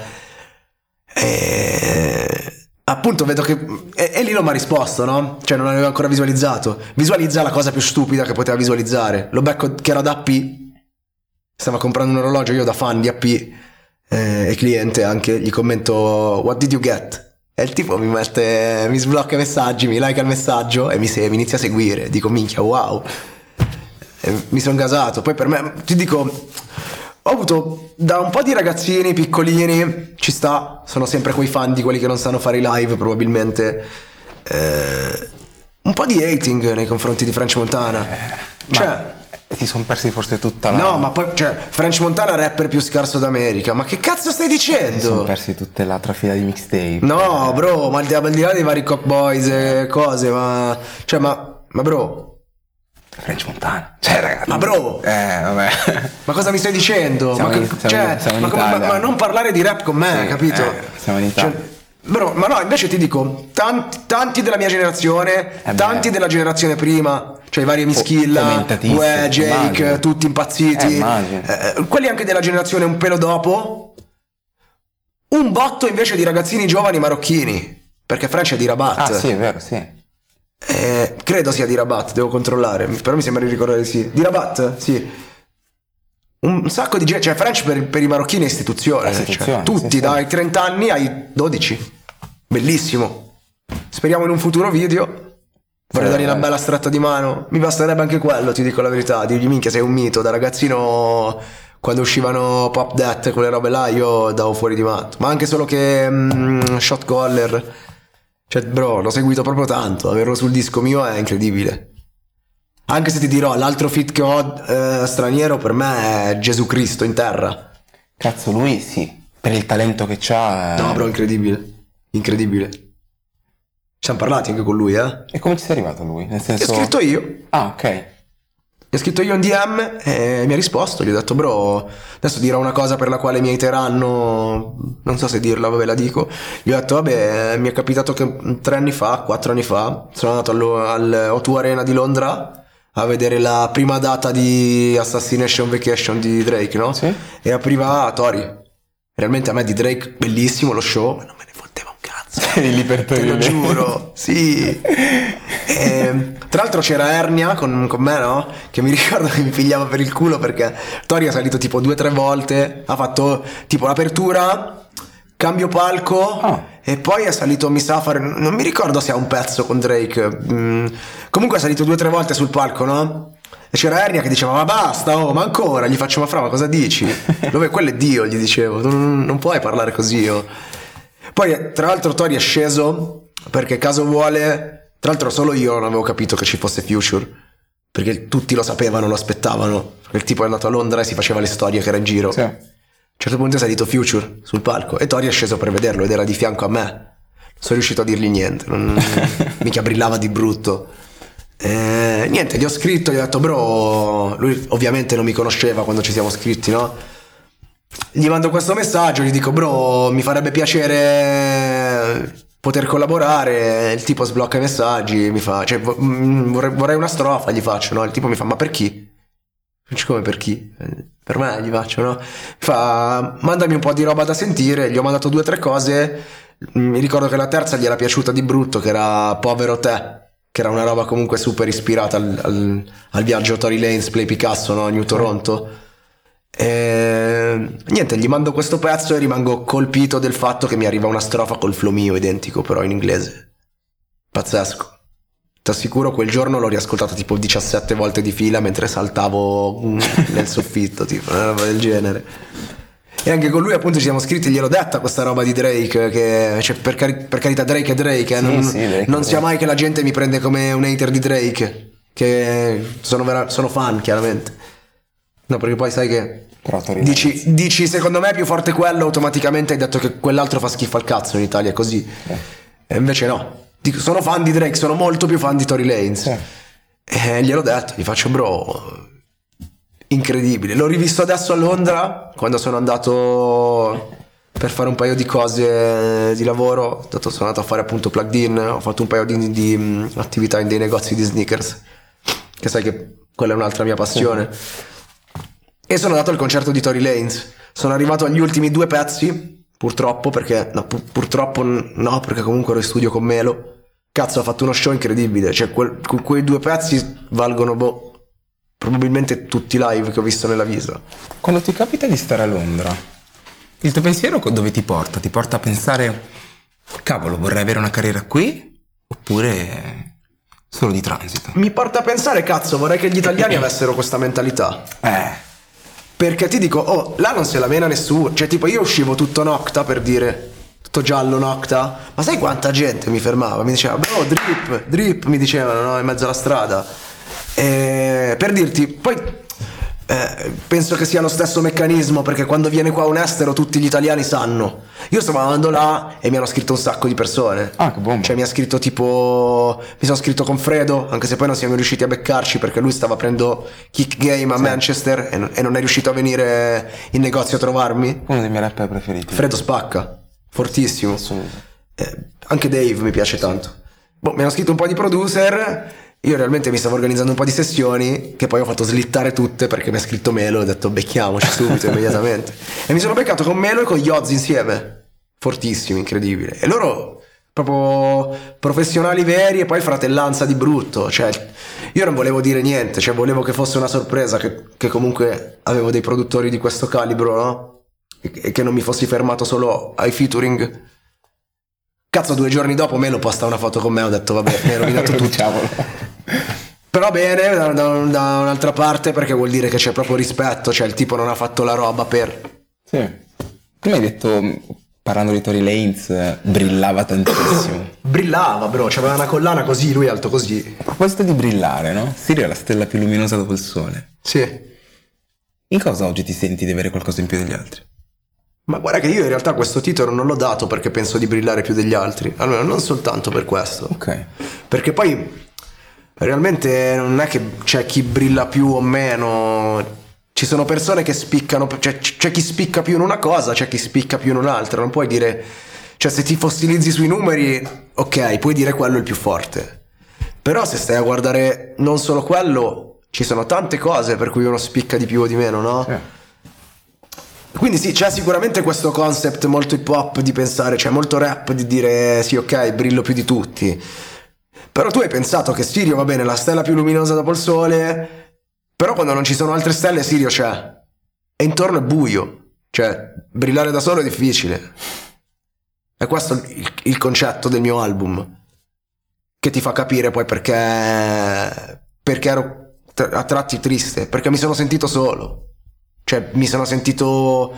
E appunto vedo che e, e lì non mi ha risposto, no? Cioè non l'avevo ancora visualizzato. Visualizza la cosa più stupida che poteva visualizzare. Lo becco che era da A P, stava comprando un orologio, io da fan di A P, eh, e cliente anche, gli commento what did you get? E il tipo mi mette, mi sblocca i messaggi, mi like il messaggio e mi, se, mi inizia a seguire. Dico minchia, wow. E mi sono gasato. Poi per me, ti dico, ho avuto da un po' di ragazzini piccolini, ci sta, sono sempre quei fan di quelli che non sanno fare i live probabilmente, eh, un po' di hating nei confronti di French Montana. Eh, cioè ti sono persi forse tutta la... No, ma poi, cioè, French Montana rapper più scarso d'America. Ma che cazzo stai dicendo? Si sono persi tutta la trafila di mixtape. No, bro, ma al di, al di là dei vari Cock Boys e cose, ma... Cioè, ma... Ma bro... French Montana. Cioè, ragazzi... Ma bro... Eh, vabbè. Ma cosa mi stai dicendo? Siamo ma, in, che, siamo cioè, in, siamo in ma, come- ma- Italia. ma non parlare di rap con me, Sì, capito? eh, siamo in Italia. Cioè, bro, ma no, invece ti dico, tanti, tanti della mia generazione, Eh beh. tanti della generazione prima, cioè i vari Mischilla, commentatissimi, Ue, Jake, immagino. tutti impazziti, Eh, immagino. eh, quelli anche della generazione un pelo dopo, un botto invece di ragazzini giovani marocchini, perché Francia è di Rabat. Ah, sì, è vero, sì. Eh, credo sia di Rabat, devo controllare, però mi sembra di ricordare di sì. Di Rabat, sì. Un sacco di gente, cioè French per, per i marocchini è istituzione, Istituzione, cioè, tutti sì, sì. dai trenta anni ai dodici. Bellissimo. Speriamo in un futuro video. Vorrei Sì, dargli una eh. bella stretta di mano. Mi basterebbe anche quello, ti dico la verità. Dirgli minchia sei un mito. Da ragazzino, quando uscivano Pop Dat, quelle robe là, io davo fuori di matto. Ma anche solo che mm, Shot Caller, cioè bro, l'ho seguito proprio tanto. Averlo sul disco mio è incredibile. Anche se ti dirò, l'altro feat che ho eh, straniero per me è Gesù Cristo in terra. Cazzo, lui sì, per il talento che c'ha... eh. No bro, incredibile. Incredibile. Ci siamo parlati anche con lui, eh? E come ci sei arrivato lui? Nel Gli senso... ho scritto io. Ah, ok. Gli ho scritto io in D M e mi ha risposto. Gli ho detto, bro, adesso dirò una cosa per la quale mi hateranno. Non so se dirla, vabbè, la dico. Gli ho detto, vabbè, mi è capitato che tre anni fa, quattro anni fa, sono andato allo- al O due Arena di Londra a vedere la prima data di Assassination Vacation di Drake, no? Sì. E apriva a Tori. Realmente a me di Drake bellissimo lo show, ma non me ne fotteva un cazzo. Eri lì per Te lo togliere- giuro, sì. E, tra l'altro c'era Ernia con, con me, no? Che mi ricordo che mi pigliava per il culo perché Tori è salito tipo due o tre volte. Ha fatto tipo l'apertura, cambio palco, Ah. e poi è salito, mi sa, a fare. Non mi ricordo se ha un pezzo con Drake. Mm, comunque è salito due o tre volte sul palco, no? E c'era Ernia che diceva, ma basta, oh, ma ancora. Gli faccio, ma fra, ma cosa dici? Dove quello è Dio, gli dicevo. Non, non puoi parlare così, io. Poi tra l'altro Tori è sceso perché caso vuole, tra l'altro solo io non avevo capito che ci fosse Future, perché tutti lo sapevano, lo aspettavano, perché il tipo è andato a Londra e si faceva le storie che era in giro. Sì. A un certo punto è salito Future sul palco e Tori è sceso per vederlo ed era di fianco a me. Non sono riuscito a dirgli niente, non... mica brillava di brutto. Eh, niente, gli ho scritto, gli ho detto bro, lui ovviamente non mi conosceva quando ci siamo scritti, no? Gli mando questo messaggio, gli dico bro, mi farebbe piacere poter collaborare. Il tipo sblocca i messaggi, mi fa, cioè vo- mm, vorrei, vorrei una strofa, gli faccio, no? Il tipo mi fa, ma per chi? Dice, come per chi? Eh, Per me, gli faccio, no? Mi fa, mandami un po' di roba da sentire. Gli ho mandato due o tre cose. Mi ricordo che la terza gli era piaciuta di brutto, che era Povero te, che era una roba comunque super ispirata al, al, al viaggio Tory Lanez, Play Picasso, no? New Toronto. E niente, gli mando questo pezzo e rimango colpito del fatto che mi arriva una strofa col flow mio identico, però in inglese. Pazzesco. Ti assicuro, quel giorno l'ho riascoltato tipo diciassette volte di fila mentre saltavo mm, nel soffitto, tipo una roba del genere. E anche con lui appunto ci siamo scritti, gliel'ho detta questa roba di Drake, che cioè, per, cari- per carità Drake è Drake, eh, Sì, non, sì, Drake, non Drake. sia mai che la gente mi prende come un hater di Drake, che sono, vera- sono fan chiaramente. No, perché poi sai che Però Tory dici, dici secondo me è più forte quello, automaticamente hai detto che quell'altro fa schifo al cazzo in Italia, è così. E invece no. Dico, sono fan di Drake, sono molto più fan di Tory Lanez. Sì. E gliel'ho detto, gli faccio bro, incredibile. L'ho rivisto adesso a Londra quando sono andato per fare un paio di cose di lavoro. Dato sono andato a fare appunto plugged in, ho fatto un paio di, di, mm, attività in dei negozi di sneakers, che sai che quella è un'altra mia passione. E sono andato al concerto di Tory Lanez. Sono arrivato agli ultimi due pezzi. Purtroppo perché no, pu- purtroppo n- no, perché comunque ero in studio con Melo. Cazzo, ha fatto uno show incredibile. Cioè, quel- que- quei due pezzi valgono boh, probabilmente tutti i live che ho visto nella vita. Quando ti capita di stare a Londra, Il tuo pensiero dove ti porta? Ti porta a pensare, cavolo, vorrei avere una carriera qui? Oppure solo di transito? Mi porta a pensare, cazzo, vorrei che gli italiani avessero questa mentalità. Eh. Perché ti dico, oh, là non se la mena nessuno. Cioè, tipo, io uscivo tutto nocta, per dire, tutto giallo nocta. Ma sai quanta gente mi fermava? Mi diceva, bro, drip, drip, mi dicevano, no, in mezzo alla strada. E per dirti, poi eh, penso che sia lo stesso meccanismo, perché quando viene qua un estero tutti gli italiani sanno. Io stavo andando là e mi hanno scritto un sacco di persone. Ah, che bomba. Cioè mi ha scritto tipo, mi sono scritto con Fredo, anche se poi non siamo riusciti a beccarci perché lui stava prendendo Kick Game a sì. Manchester e non, e non è riuscito a venire in negozio a trovarmi. Uno dei miei rapper preferiti. Fredo spacca, fortissimo. Assolutamente. Eh, anche Dave mi piace tanto. Boh, mi hanno scritto un po' di producer. Io realmente mi stavo organizzando un po' di sessioni che poi ho fatto slittare tutte perché mi ha scritto Melo e ho detto becchiamoci subito immediatamente. E mi sono beccato con Melo e con Yoz insieme. Fortissimo, incredibile. E loro proprio professionali veri e poi fratellanza di brutto. Cioè io non volevo dire niente, cioè volevo che fosse una sorpresa, che, che comunque avevo dei produttori di questo calibro, no? E, e che non mi fossi fermato solo ai featuring. Cazzo, due giorni dopo Melo posta una foto con me, ho detto vabbè, mi hai rovinato tutto. Però bene, da, da, da un'altra parte, perché vuol dire che c'è proprio rispetto, cioè il tipo non ha fatto la roba per... Sì. Tu mi hai detto, parlando di Tory Lanez, brillava tantissimo. Brillava, bro, c'aveva una collana così, lui alto così. A proposito di brillare, no? Sirio è la stella più luminosa dopo il sole. Sì. In cosa oggi ti senti di avere qualcosa in più degli altri? Ma guarda che io in realtà questo titolo non l'ho dato perché penso di brillare più degli altri. Allora, non soltanto per questo. Ok. Perché poi realmente non è che c'è chi brilla più o meno. Ci sono persone che spiccano, cioè c'è chi spicca più in una cosa, c'è chi spicca più in un'altra. Non puoi dire, cioè se ti fossilizzi sui numeri, ok, puoi dire quello è il più forte. Però se stai a guardare non solo quello, ci sono tante cose per cui uno spicca di più o di meno, no? Sì. Quindi sì, c'è sicuramente questo concept molto hip hop di pensare, cioè molto rap di dire sì, ok, brillo più di tutti. Però tu hai pensato che Sirio, va bene, la stella più luminosa dopo il sole, però quando non ci sono altre stelle Sirio c'è. E intorno è buio. Cioè, brillare da solo è difficile. E questo è il, il concetto del mio album, che ti fa capire poi perché perché ero a tratti triste, perché mi sono sentito solo. Cioè mi sono sentito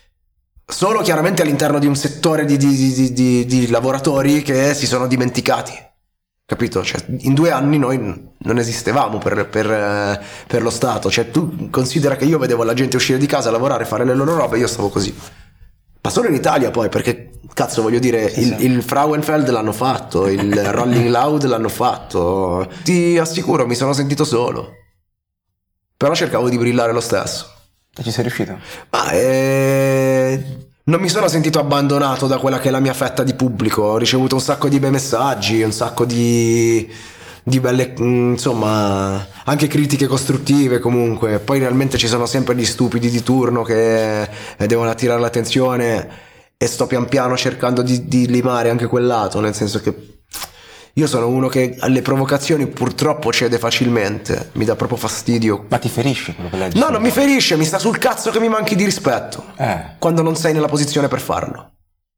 solo chiaramente all'interno di un settore di, di, di, di, di lavoratori che si sono dimenticati, capito? Cioè in due anni noi non esistevamo per, per, per lo Stato. Cioè tu considera che io vedevo la gente uscire di casa, lavorare, fare le loro robe e io stavo così. Ma solo in Italia poi, perché cazzo voglio dire, sì, il, sì. il Frauenfeld l'hanno fatto, il Rolling Loud l'hanno fatto. Ti assicuro mi sono sentito solo, però cercavo di brillare lo stesso. E ci sei riuscito? Ma eh, non mi sono sentito abbandonato da quella che è la mia fetta di pubblico. Ho ricevuto un sacco di bei messaggi, un sacco di, di belle, insomma, anche critiche costruttive comunque. Poi realmente ci sono sempre gli stupidi di turno che devono attirare l'attenzione e sto pian piano cercando di, di limare anche quel lato, nel senso che io sono uno che alle provocazioni purtroppo cede facilmente, mi dà proprio fastidio. Ma ti ferisce quello che leggi? No, non mi ferisce, mi sta sul cazzo che mi manchi di rispetto. Eh. Quando non sei nella posizione per farlo.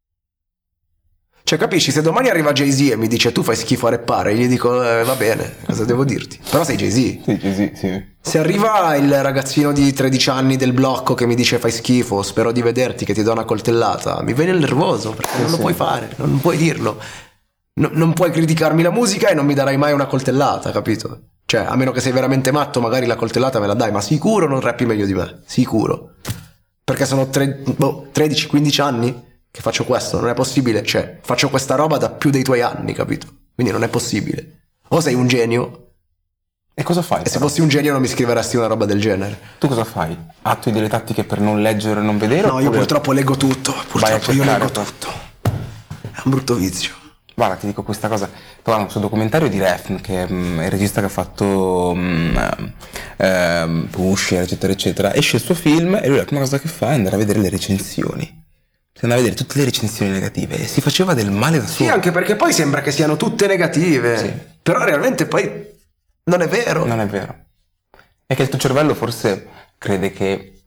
Cioè, capisci? Se domani arriva Jay-Z e mi dice tu fai schifo a rappare, gli dico eh, va bene, cosa devo dirti? Però sei Jay-Z. Sì, Jay-Z, sì. Se arriva il ragazzino di tredici anni del blocco che mi dice fai schifo, spero di vederti, che ti do una coltellata, mi viene nervoso perché sì, non lo sì. puoi fare, non puoi dirlo. No, non puoi criticarmi la musica e non mi darai mai una coltellata, capito? Cioè, a meno che sei veramente matto, magari la coltellata me la dai, ma sicuro non rappi meglio di me, sicuro. Perché sono tre, boh, tredici quindici anni che faccio questo, non è possibile. Cioè, faccio questa roba da più dei tuoi anni, capito? Quindi non è possibile. O sei un genio. E cosa fai? E però? se fossi un genio non mi scriveresti una roba del genere. Tu cosa fai? Attui delle tattiche per non leggere e non vedere? No, io purtroppo leggo tutto. Purtroppo io leggo poi. tutto. È un brutto vizio. Guarda, ti dico questa cosa, guarda, questo documentario di Refn, che è um, il regista che ha fatto um, um, Pusher, eccetera, eccetera, esce il suo film e lui la prima cosa che fa è andare a vedere le recensioni. Si andava a vedere tutte le recensioni negative e si faceva del male da solo. Sì, anche perché poi sembra che siano tutte negative. Sì. Però realmente poi non è vero. Non è vero. È che il tuo cervello forse crede che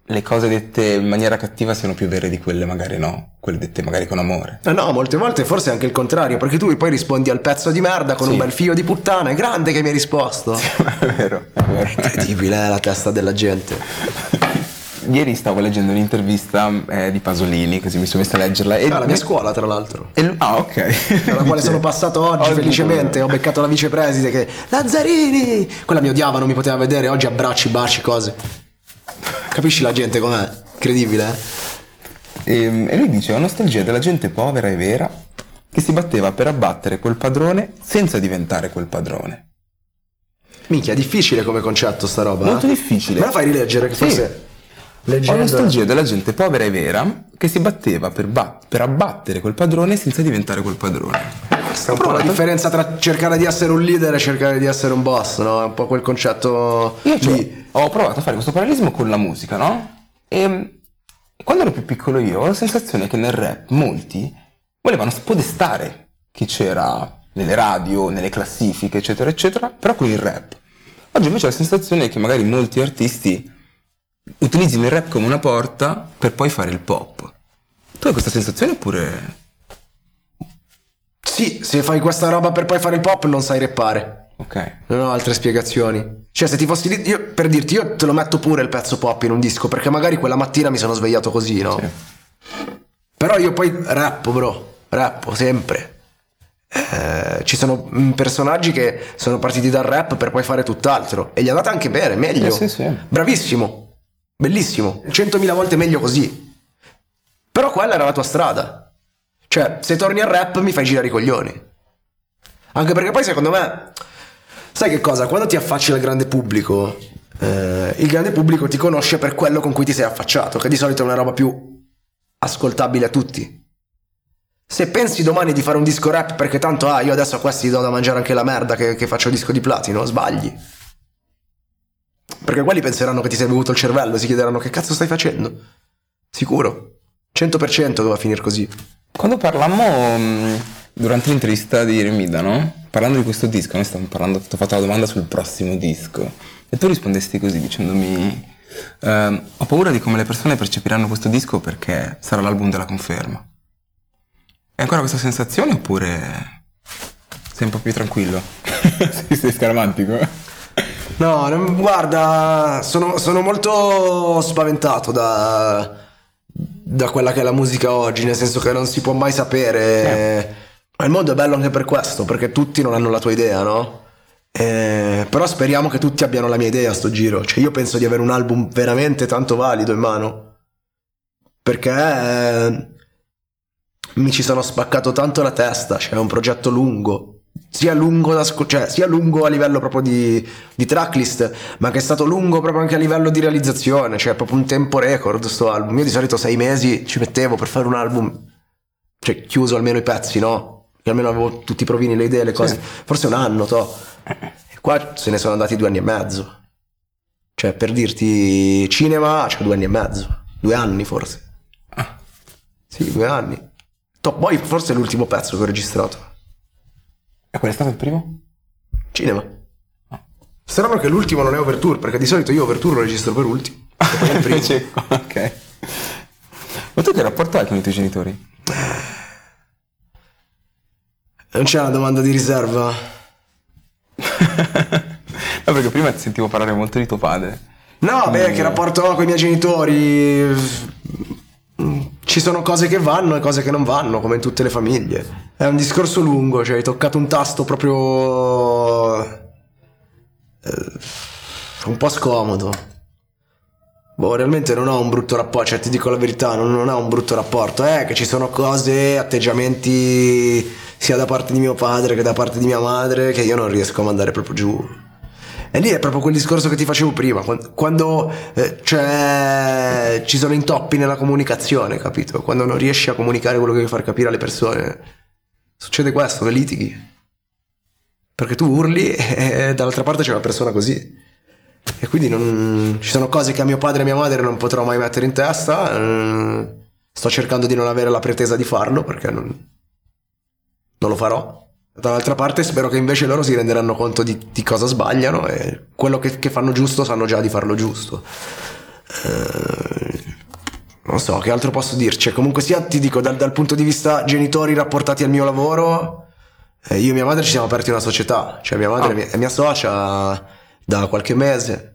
le cose dette in maniera cattiva siano più vere di quelle magari no, quelle dette magari con amore. Eh no, molte volte forse è anche il contrario, perché tu poi rispondi al pezzo di merda con sì. un bel figlio di puttana, è grande che mi hai risposto. Sì, è vero, è vero. È incredibile, è la testa della gente. Ieri stavo leggendo un'intervista eh, di Pasolini, così mi sono messa a leggerla. E ah, la mia scuola, tra l'altro. E, ah, ok. Dalla quale sono passato oggi, oggi felicemente. Ho beccato la vicepresidente che Lazzarini! Quella mi odiava, non mi poteva vedere. Oggi abbracci, baci, cose. Capisci la gente com'è? Incredibile, eh? E, e lui dice: ho nostalgia della gente povera e vera che si batteva per abbattere quel padrone senza diventare quel padrone. Minchia, è difficile come concetto sta roba. Molto eh? difficile. Me la fai rileggere? Che sì. forse. Leggendo... Ho nostalgia della gente povera e vera che si batteva per, bat- per abbattere quel padrone senza diventare quel padrone. Questa è un po' la differenza tra cercare di essere un leader e cercare di essere un boss, no? È un po' quel concetto. Io cioè, di... ho provato a fare questo parallelismo con la musica, no? E quando ero più piccolo io ho la sensazione che nel rap molti volevano spodestare chi c'era nelle radio, nelle classifiche, eccetera, eccetera, però con il rap. Oggi invece ho la sensazione che magari molti artisti utilizzino il rap come una porta per poi fare il pop. Tu hai questa sensazione oppure... Sì, se fai questa roba per poi fare il pop non sai rappare. Ok. Non ho altre spiegazioni. Cioè se ti fossi lì, io, per dirti, io te lo metto pure il pezzo pop in un disco, perché magari quella mattina mi sono svegliato così, no? Sì. Però io poi rappo, bro, rappo sempre. Eh, ci sono personaggi che sono partiti dal rap per poi fare tutt'altro e gli è andata anche bene, meglio. Eh, sì, sì. Bravissimo. Bellissimo, centomila volte meglio così. Però quella era la tua strada. Cioè, se torni al rap mi fai girare i coglioni. Anche perché poi secondo me, sai che cosa? Quando ti affacci al grande pubblico, eh, il grande pubblico ti conosce per quello con cui ti sei affacciato, che di solito è una roba più ascoltabile a tutti. Se pensi domani di fare un disco rap perché tanto, ah, io adesso a questi do da mangiare anche la merda che, che faccio disco di platino, sbagli. Perché quelli penseranno che ti sei bevuto il cervello, si chiederanno che cazzo stai facendo. Sicuro, cento per cento doveva finire così. Quando parlammo mh, durante l'intervista di Remida, no? Parlando di questo disco, noi stavamo parlando, ti ho fatto la domanda sul prossimo disco e tu rispondesti così dicendomi ehm, ho paura di come le persone percepiranno questo disco perché sarà l'album della conferma. Hai ancora questa sensazione oppure sei un po' più tranquillo? sei, sei scaramantico? No, non, guarda, sono, sono molto spaventato da, da quella che è la musica oggi, nel senso che non si può mai sapere. Eh. Il mondo è bello anche per questo, perché tutti non hanno la tua idea, no? Eh, però speriamo che tutti abbiano la mia idea a sto giro. Cioè io penso di avere un album veramente tanto valido in mano, perché eh, mi ci sono spaccato tanto la testa. Cioè è un progetto lungo. Sia lungo, da sc- cioè, sia lungo a livello proprio di, di tracklist, ma che è stato lungo proprio anche a livello di realizzazione. Cioè proprio un tempo record sto album. Io di solito sei mesi ci mettevo per fare un album, cioè chiuso almeno i pezzi, no? Che almeno avevo tutti i provini, le idee, le cose. Sì. Forse un anno, to. E qua se ne sono andati due anni e mezzo. Cioè per dirti cinema, cioè due anni e mezzo. Due anni forse. Ah. Sì, due anni. Top Boy forse è l'ultimo pezzo che ho registrato. E qual è stato il primo? Cinema. Ah. Strano che l'ultimo non è Overture, perché di solito io Overture lo registro per ultimo. E poi è il primo. Cioè, ok. Ma tu che rapporto hai con i tuoi genitori? Non c'è una domanda di riserva. No, perché prima ti sentivo parlare molto di tuo padre. No, beh, mm. che rapporto ho con i miei genitori? Ci sono cose che vanno e cose che non vanno, come in tutte le famiglie. È un discorso lungo, cioè hai toccato un tasto proprio eh, un po' scomodo. Boh, realmente non ho un brutto rapporto, cioè ti dico la verità, non, non ho un brutto rapporto. È che ci sono cose, atteggiamenti sia da parte di mio padre che da parte di mia madre che io non riesco a mandare proprio giù. E lì è proprio quel discorso che ti facevo prima, quando, quando eh, cioè, ci sono intoppi nella comunicazione, capito? Quando non riesci a comunicare quello che vuoi far capire alle persone, succede questo, che litighi. Perché tu urli e dall'altra parte c'è una persona così. E quindi non, ci sono cose che a mio padre e a mia madre non potrò mai mettere in testa. Eh, sto cercando di non avere la pretesa di farlo, perché non, non lo farò. Dall'altra parte spero che invece loro si renderanno conto di, di cosa sbagliano e quello che, che fanno giusto sanno già di farlo giusto. eh, non so che altro posso dirci. Comunque sia, ti dico, dal, dal punto di vista genitori rapportati al mio lavoro, eh, io e mia madre ci siamo aperti una società, cioè mia madre oh. è, mia, è mia socia da qualche mese.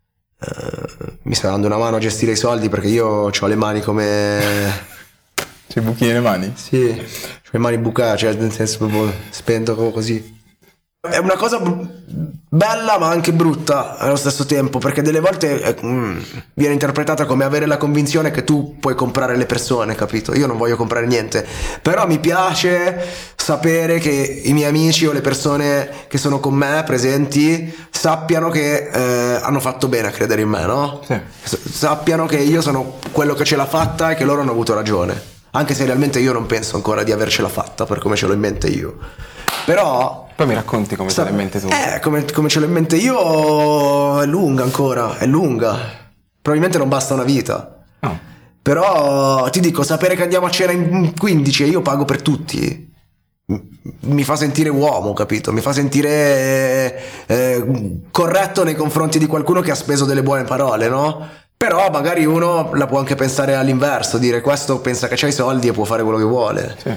Uh, mi sta dando una mano a gestire i soldi perché io ho le mani come... C'hai i buchi nelle mani? Sì, ho le mani bucate, cioè nel senso proprio spento così. È una cosa bella ma anche brutta allo stesso tempo, perché delle volte eh, mm, viene interpretata come avere la convinzione che tu puoi comprare le persone, capito? Io non voglio comprare niente, però mi piace sapere che i miei amici o le persone che sono con me presenti sappiano che eh, hanno fatto bene a credere in me, no? Sì. S- sappiano che io sono quello che ce l'ha fatta e che loro hanno avuto ragione, anche se realmente io non penso ancora di avercela fatta per come ce l'ho in mente io. Però poi mi racconti come sa- ce l'hai in mente tu. Eh, come, come ce l'ho in mente io è lunga ancora, è lunga. Probabilmente non basta una vita. Oh. Però ti dico, sapere che andiamo a cena in quindici e io pago per tutti mi fa sentire uomo, capito? Mi fa sentire eh, corretto nei confronti di qualcuno che ha speso delle buone parole, no? Però magari uno la può anche pensare all'inverso, dire questo pensa che c'ha i soldi e può fare quello che vuole. Sì.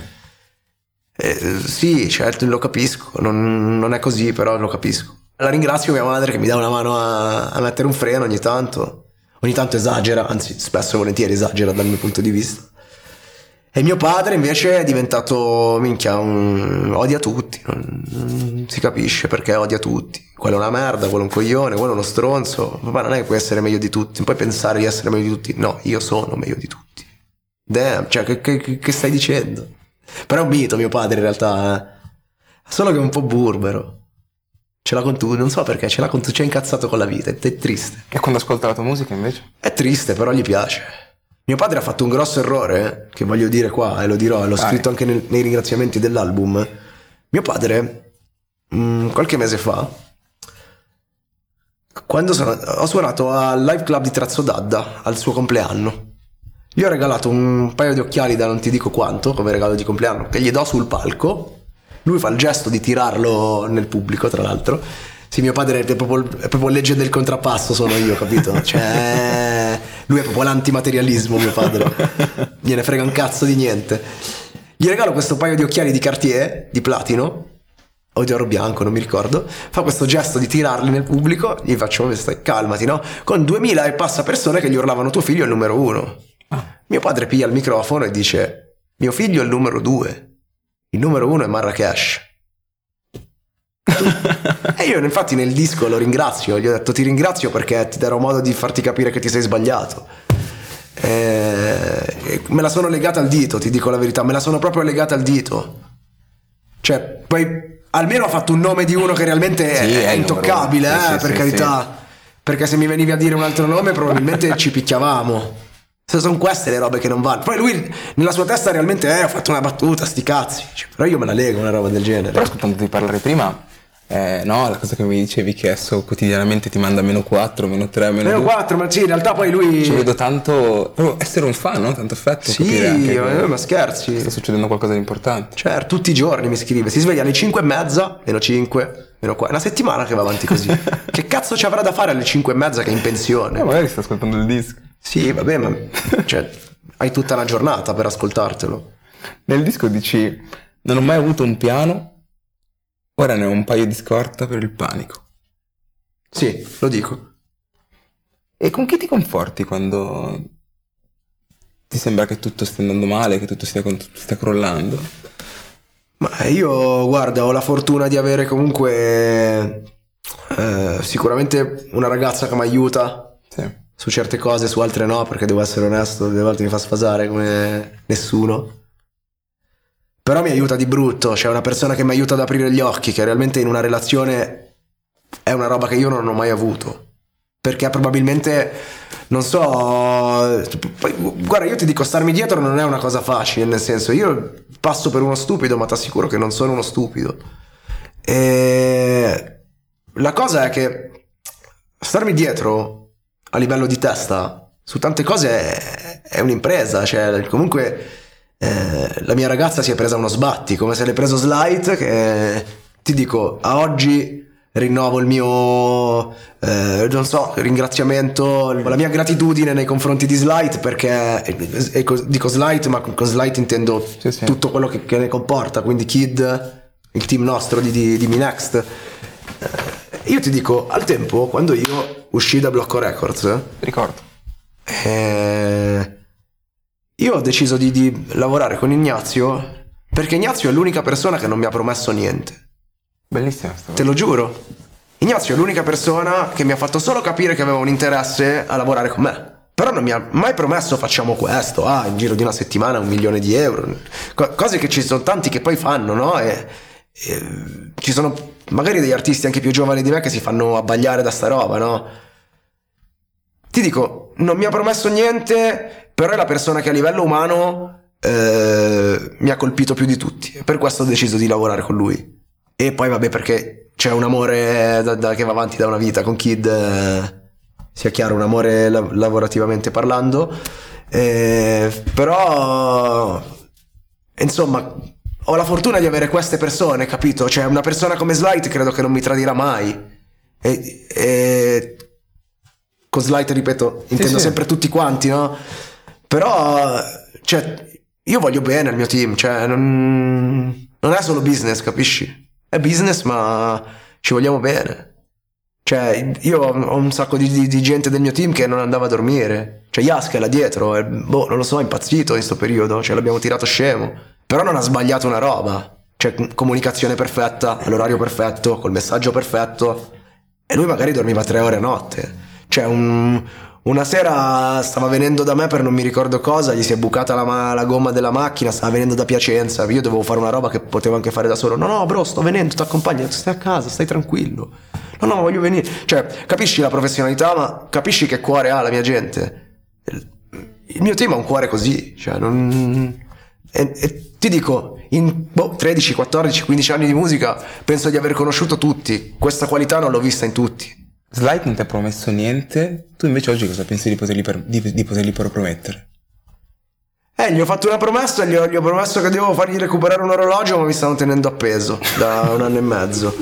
Eh, sì, certo, lo capisco, non, non è così, però lo capisco. La ringrazio mia madre che mi dà una mano a, a mettere un freno ogni tanto. Ogni tanto esagera, anzi spesso e volentieri esagera dal mio punto di vista. E mio padre invece è diventato, minchia, un, odia tutti, non, non si capisce perché odia tutti. Quello è una merda, quello è un coglione, quello è uno stronzo. Ma non è che puoi essere meglio di tutti, non puoi pensare di essere meglio di tutti. No, io sono meglio di tutti. Damn, cioè che, che, che stai dicendo? Però è un mito mio padre in realtà, eh. Solo che è un po' burbero. Ce l'ha con tu, non so perché, ce l'ha con tu, c'è incazzato con la vita, è, è triste. E quando ascolta la tua musica invece? È triste, però gli piace. Mio padre ha fatto un grosso errore, eh, che voglio dire qua, e lo dirò, e l'ho Vai. scritto anche nel, nei ringraziamenti dell'album. Mio padre, mh, qualche mese fa, quando sono, ho suonato al Live Club di Trezzo d'Adda, al suo compleanno. Gli ho regalato un paio di occhiali da non ti dico quanto, come regalo di compleanno, che gli do sul palco. Lui fa il gesto di tirarlo nel pubblico, tra l'altro. Sì, mio padre è proprio, è proprio legge del contrappasso, sono io, capito? Cioè, lui è proprio l'antimaterialismo, mio padre. Gliene frega un cazzo di niente. Gli regalo questo paio di occhiali di Cartier, di platino, o di oro bianco, non mi ricordo. Fa questo gesto di tirarli nel pubblico, gli faccio, stai, calmati, no? Con duemila e passa persone che gli urlavano tuo figlio è il numero uno. Mio padre piglia il microfono e dice: mio figlio è il numero due, il numero uno è Marrakesh. E io infatti nel disco lo ringrazio, gli ho detto ti ringrazio perché ti darò modo di farti capire che ti sei sbagliato. E me la sono legata al dito, ti dico la verità, me la sono proprio legata al dito. Cioè, poi almeno ha fatto un nome di uno che realmente sì, è, è intoccabile, eh, sì, per sì, carità. Sì. Perché se mi venivi a dire un altro nome probabilmente ci picchiavamo. Se sono queste le robe che non vanno. Poi lui nella sua testa realmente eh, ho fatto una battuta, sti cazzi, cioè, però io me la lego una roba del genere. Però ascoltandoti parlare prima, eh, no, la cosa che mi dicevi che adesso quotidianamente ti manda meno quattro, meno tre, meno meno due. quattro, ma sì, in realtà poi lui ci vedo tanto, proprio essere un fan, no? Tanto affetto. Sì, anche ma, ma scherzi, sta succedendo qualcosa di importante. Certo, tutti i giorni mi scrive, si sveglia alle cinque e mezza, meno cinque, meno qua, una settimana che va avanti così. Che cazzo ci avrà da fare alle cinque e mezza che è in pensione? Eh, magari sta ascoltando il disco. Sì, vabbè, ma cioè, hai tutta una giornata per ascoltartelo. Nel disco dici: non ho mai avuto un piano, ora ne ho un paio di scorta per il panico. Sì, lo dico. E con chi ti conforti quando ti sembra che tutto stia andando male, che tutto stia, stia crollando? Ma io, guarda, ho la fortuna di avere comunque eh, sicuramente una ragazza che mi aiuta. Sì. Su certe cose, su altre no, perché devo essere onesto, delle volte mi fa sfasare come nessuno. Però mi aiuta di brutto, c'è una persona che mi aiuta ad aprire gli occhi, che realmente in una relazione è una roba che io non ho mai avuto. Perché probabilmente, non so, poi, guarda, io ti dico, starmi dietro non è una cosa facile, nel senso, io passo per uno stupido, ma ti assicuro che non sono uno stupido. E la cosa è che starmi dietro a livello di testa su tante cose è, è un'impresa, cioè comunque eh, la mia ragazza si è presa uno sbatti come se l'è preso Slight, che ti dico a oggi rinnovo il mio, eh, non so, ringraziamento, la mia gratitudine nei confronti di Slight, perché, e, e, dico Slight, ma con Slight intendo sì, sì. tutto quello che, che ne comporta, quindi Kid, il team nostro di, di, di MeNext. Eh, io ti dico, al tempo, quando io uscii da Blocco Records, ricordo, eh, io ho deciso di, di lavorare con Ignazio perché Ignazio è l'unica persona che non mi ha promesso niente. Bellissima sta cosa. Te lo giuro. Ignazio è l'unica persona che mi ha fatto solo capire che aveva un interesse a lavorare con me. Però non mi ha mai promesso facciamo questo, ah, in giro di una settimana un milione di euro. Co- cose che ci sono tanti che poi fanno, no? E, e ci sono magari degli artisti anche più giovani di me che si fanno abbagliare da sta roba, no? Ti dico, non mi ha promesso niente, però è la persona che a livello umano eh, mi ha colpito più di tutti. Per questo ho deciso di lavorare con lui. E poi vabbè, perché c'è un amore da, da, che va avanti da una vita con Kid, eh, sia chiaro, un amore la, lavorativamente parlando, eh, però insomma ho la fortuna di avere queste persone, capito? Cioè una persona come Slight credo che non mi tradirà mai, e, e con Slight, ripeto, intendo sì, sì. sempre tutti quanti, no? Però cioè io voglio bene al mio team, cioè non, non è solo business, capisci? È business, ma ci vogliamo bene. Cioè io ho un sacco di, di, di gente del mio team che non andava a dormire. Cioè Yaska è là dietro, è, boh, non lo so, è impazzito in sto periodo, cioè l'abbiamo tirato scemo. Però non ha sbagliato una roba. Cioè comunicazione perfetta, all'orario perfetto, col messaggio perfetto. E lui magari dormiva tre ore a notte. Cioè un... Una sera stava venendo da me per non mi ricordo cosa, gli si è bucata la, ma- la gomma della macchina, stava venendo da Piacenza, io dovevo fare una roba che potevo anche fare da solo. No, no, bro, sto venendo, ti accompagno, stai a casa, stai tranquillo. No, no, voglio venire. Cioè, capisci la professionalità, ma capisci che cuore ha la mia gente. Il mio team ha un cuore così, cioè non... E, e ti dico, in boh, tredici, quattordici, quindici anni di musica penso di aver conosciuto tutti. Questa qualità non l'ho vista in tutti. Slight non ti ha promesso niente, tu invece oggi cosa pensi di potergli, per, di, di potergli però promettere? Eh, gli ho fatto una promessa e gli ho, gli ho promesso che devo fargli recuperare un orologio, ma mi stanno tenendo appeso da un anno e mezzo.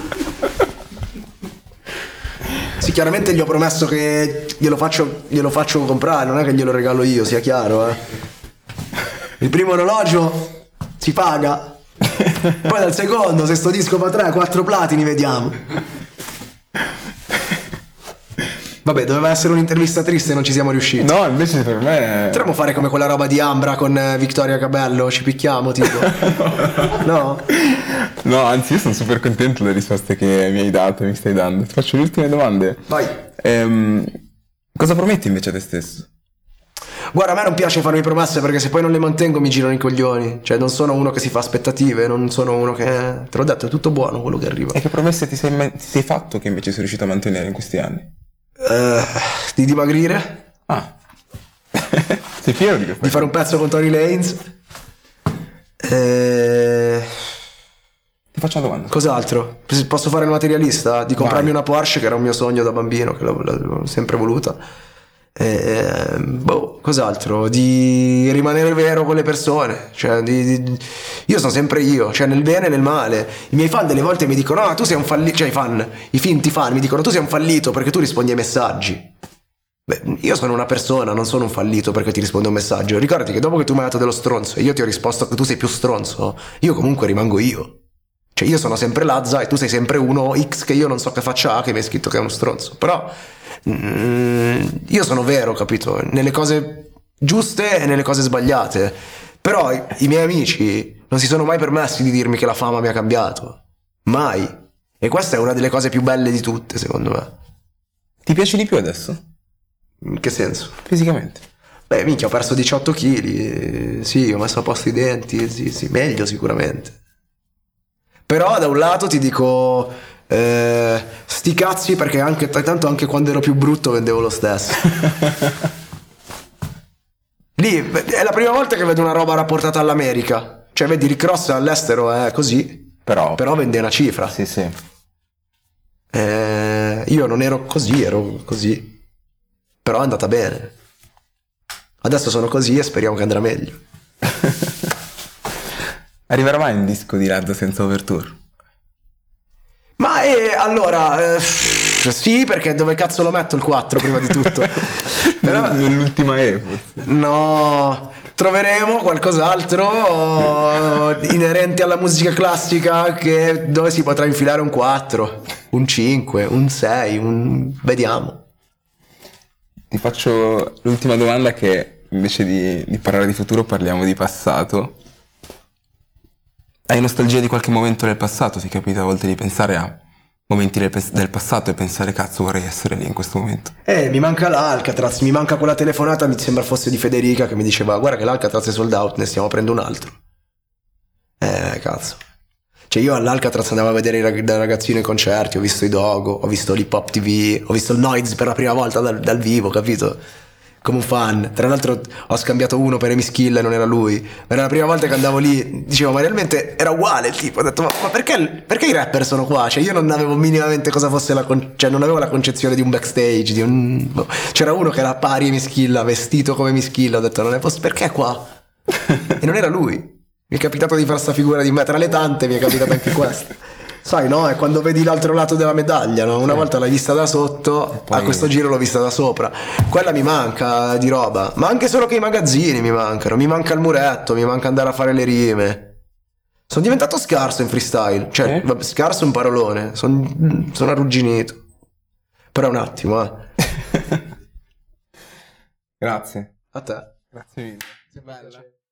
Sì, chiaramente gli ho promesso che glielo faccio, glielo faccio comprare, non è che glielo regalo io, sia chiaro, eh. Il primo orologio si paga, poi dal secondo, se sto disco fa tre quattro platini, vediamo. Vabbè, doveva essere un'intervista triste, non ci siamo riusciti. No, invece per me... Potremmo fare come quella roba di Ambra con Vittoria Cabello, ci picchiamo, tipo. No? No, anzi io sono super contento delle risposte che mi hai dato, mi stai dando. Ti faccio le ultime domande. Vai. Ehm, cosa prometti invece a te stesso? Guarda, a me non piace farmi promesse perché se poi non le mantengo mi girano i coglioni. Cioè non sono uno che si fa aspettative, non sono uno che... Te l'ho detto, è tutto buono quello che arriva. E che promesse ti sei, ti sei fatto che invece sei riuscito a mantenere in questi anni? Uh, di dimagrire. Ah. Sei fiero di questo? Di fare un pezzo con Tory Lanez. Eh... Ti faccio una domanda. Cos'altro? Posso fare il materialista? Di comprarmi Vai. una Porsche, che era un mio sogno da bambino, che l'avevo sempre voluta. Eh, boh, cos'altro? Di rimanere vero con le persone. Cioè di, di... io sono sempre io, cioè nel bene e nel male. I miei fan delle volte mi dicono no, tu sei un fallito. Cioè i fan, i finti fan mi dicono tu sei un fallito perché tu rispondi ai messaggi. Beh, io sono una persona, non sono un fallito perché ti rispondo a un messaggio. Ricordati che dopo che tu mi hai dato dello stronzo e io ti ho risposto che tu sei più stronzo, io comunque rimango io. Cioè io sono sempre Lazza e tu sei sempre uno X che io non so che faccia A, che mi hai scritto che è uno stronzo. Però mm, io sono vero, capito? Nelle cose giuste e nelle cose sbagliate. Però i, i miei amici non si sono mai permessi di dirmi che la fama mi ha cambiato. Mai. E questa è una delle cose più belle di tutte, secondo me. Ti piace di più adesso? In che senso? Fisicamente? Beh, minchia, ho perso diciotto chili. Sì, ho messo a posto i denti. Sì, sì, meglio sicuramente. Però da un lato ti dico eh, sti cazzi perché anche tanto anche quando ero più brutto vendevo lo stesso. Lì è la prima volta che vedo una roba rapportata all'America. Cioè vedi, Rick Ross all'estero è così, però, però vende una cifra. Sì, sì. Eh, io non ero così, ero così. Però è andata bene. Adesso sono così e speriamo che andrà meglio. Arriverà mai un disco di Lazza senza overture? Ma eh, allora, eh, sì, perché dove cazzo lo metto il quattro prima di tutto? Però, nell'ultima E forse. no, troveremo qualcos'altro inerente alla musica classica che, dove si potrà infilare un quattro, un cinque, un sei, un... vediamo. Ti faccio l'ultima domanda, che invece di, di parlare di futuro parliamo di passato. Hai nostalgia di qualche momento del passato? Ti capita a volte di pensare a momenti del, del passato e pensare cazzo vorrei essere lì in questo momento? Eh, mi manca l'Alcatraz, mi manca quella telefonata, mi sembra fosse di Federica, che mi diceva guarda che l'Alcatraz è sold out, ne stiamo aprendo un altro. Eh, cazzo. Cioè io all'Alcatraz andavo a vedere i rag- da ragazzino i concerti, ho visto i Dogo, ho visto l'Hip Hop T V, ho visto il Noiz per la prima volta dal, dal vivo, capito? Come un fan. Tra l'altro ho scambiato uno per Emiskill e non era lui. Era la prima volta che andavo lì, dicevo ma realmente era uguale il tipo. Ho detto ma, ma perché, perché i rapper sono qua? Cioè io non avevo minimamente cosa fosse la con- cioè non avevo la concezione di un backstage, di un... boh. C'era uno che era pari Emiskill, vestito come Emiskill, ho detto non è poss- perché è qua? E non era lui. Mi è capitato di fare sta figura di me, tra le tante mi è capitato anche questa. Sai, no? È quando vedi l'altro lato della medaglia, no? Una Sì. volta l'hai vista da sotto, poi... a questo giro l'ho vista da sopra. Quella mi manca di roba, ma anche solo che i magazzini mi mancano, mi manca il muretto, mi manca andare a fare le rime. Sono diventato scarso in freestyle, cioè, Eh? vabbè, scarso è un parolone, sono son arrugginito. Però un attimo, eh. Grazie. A te. Grazie mille. Che bello.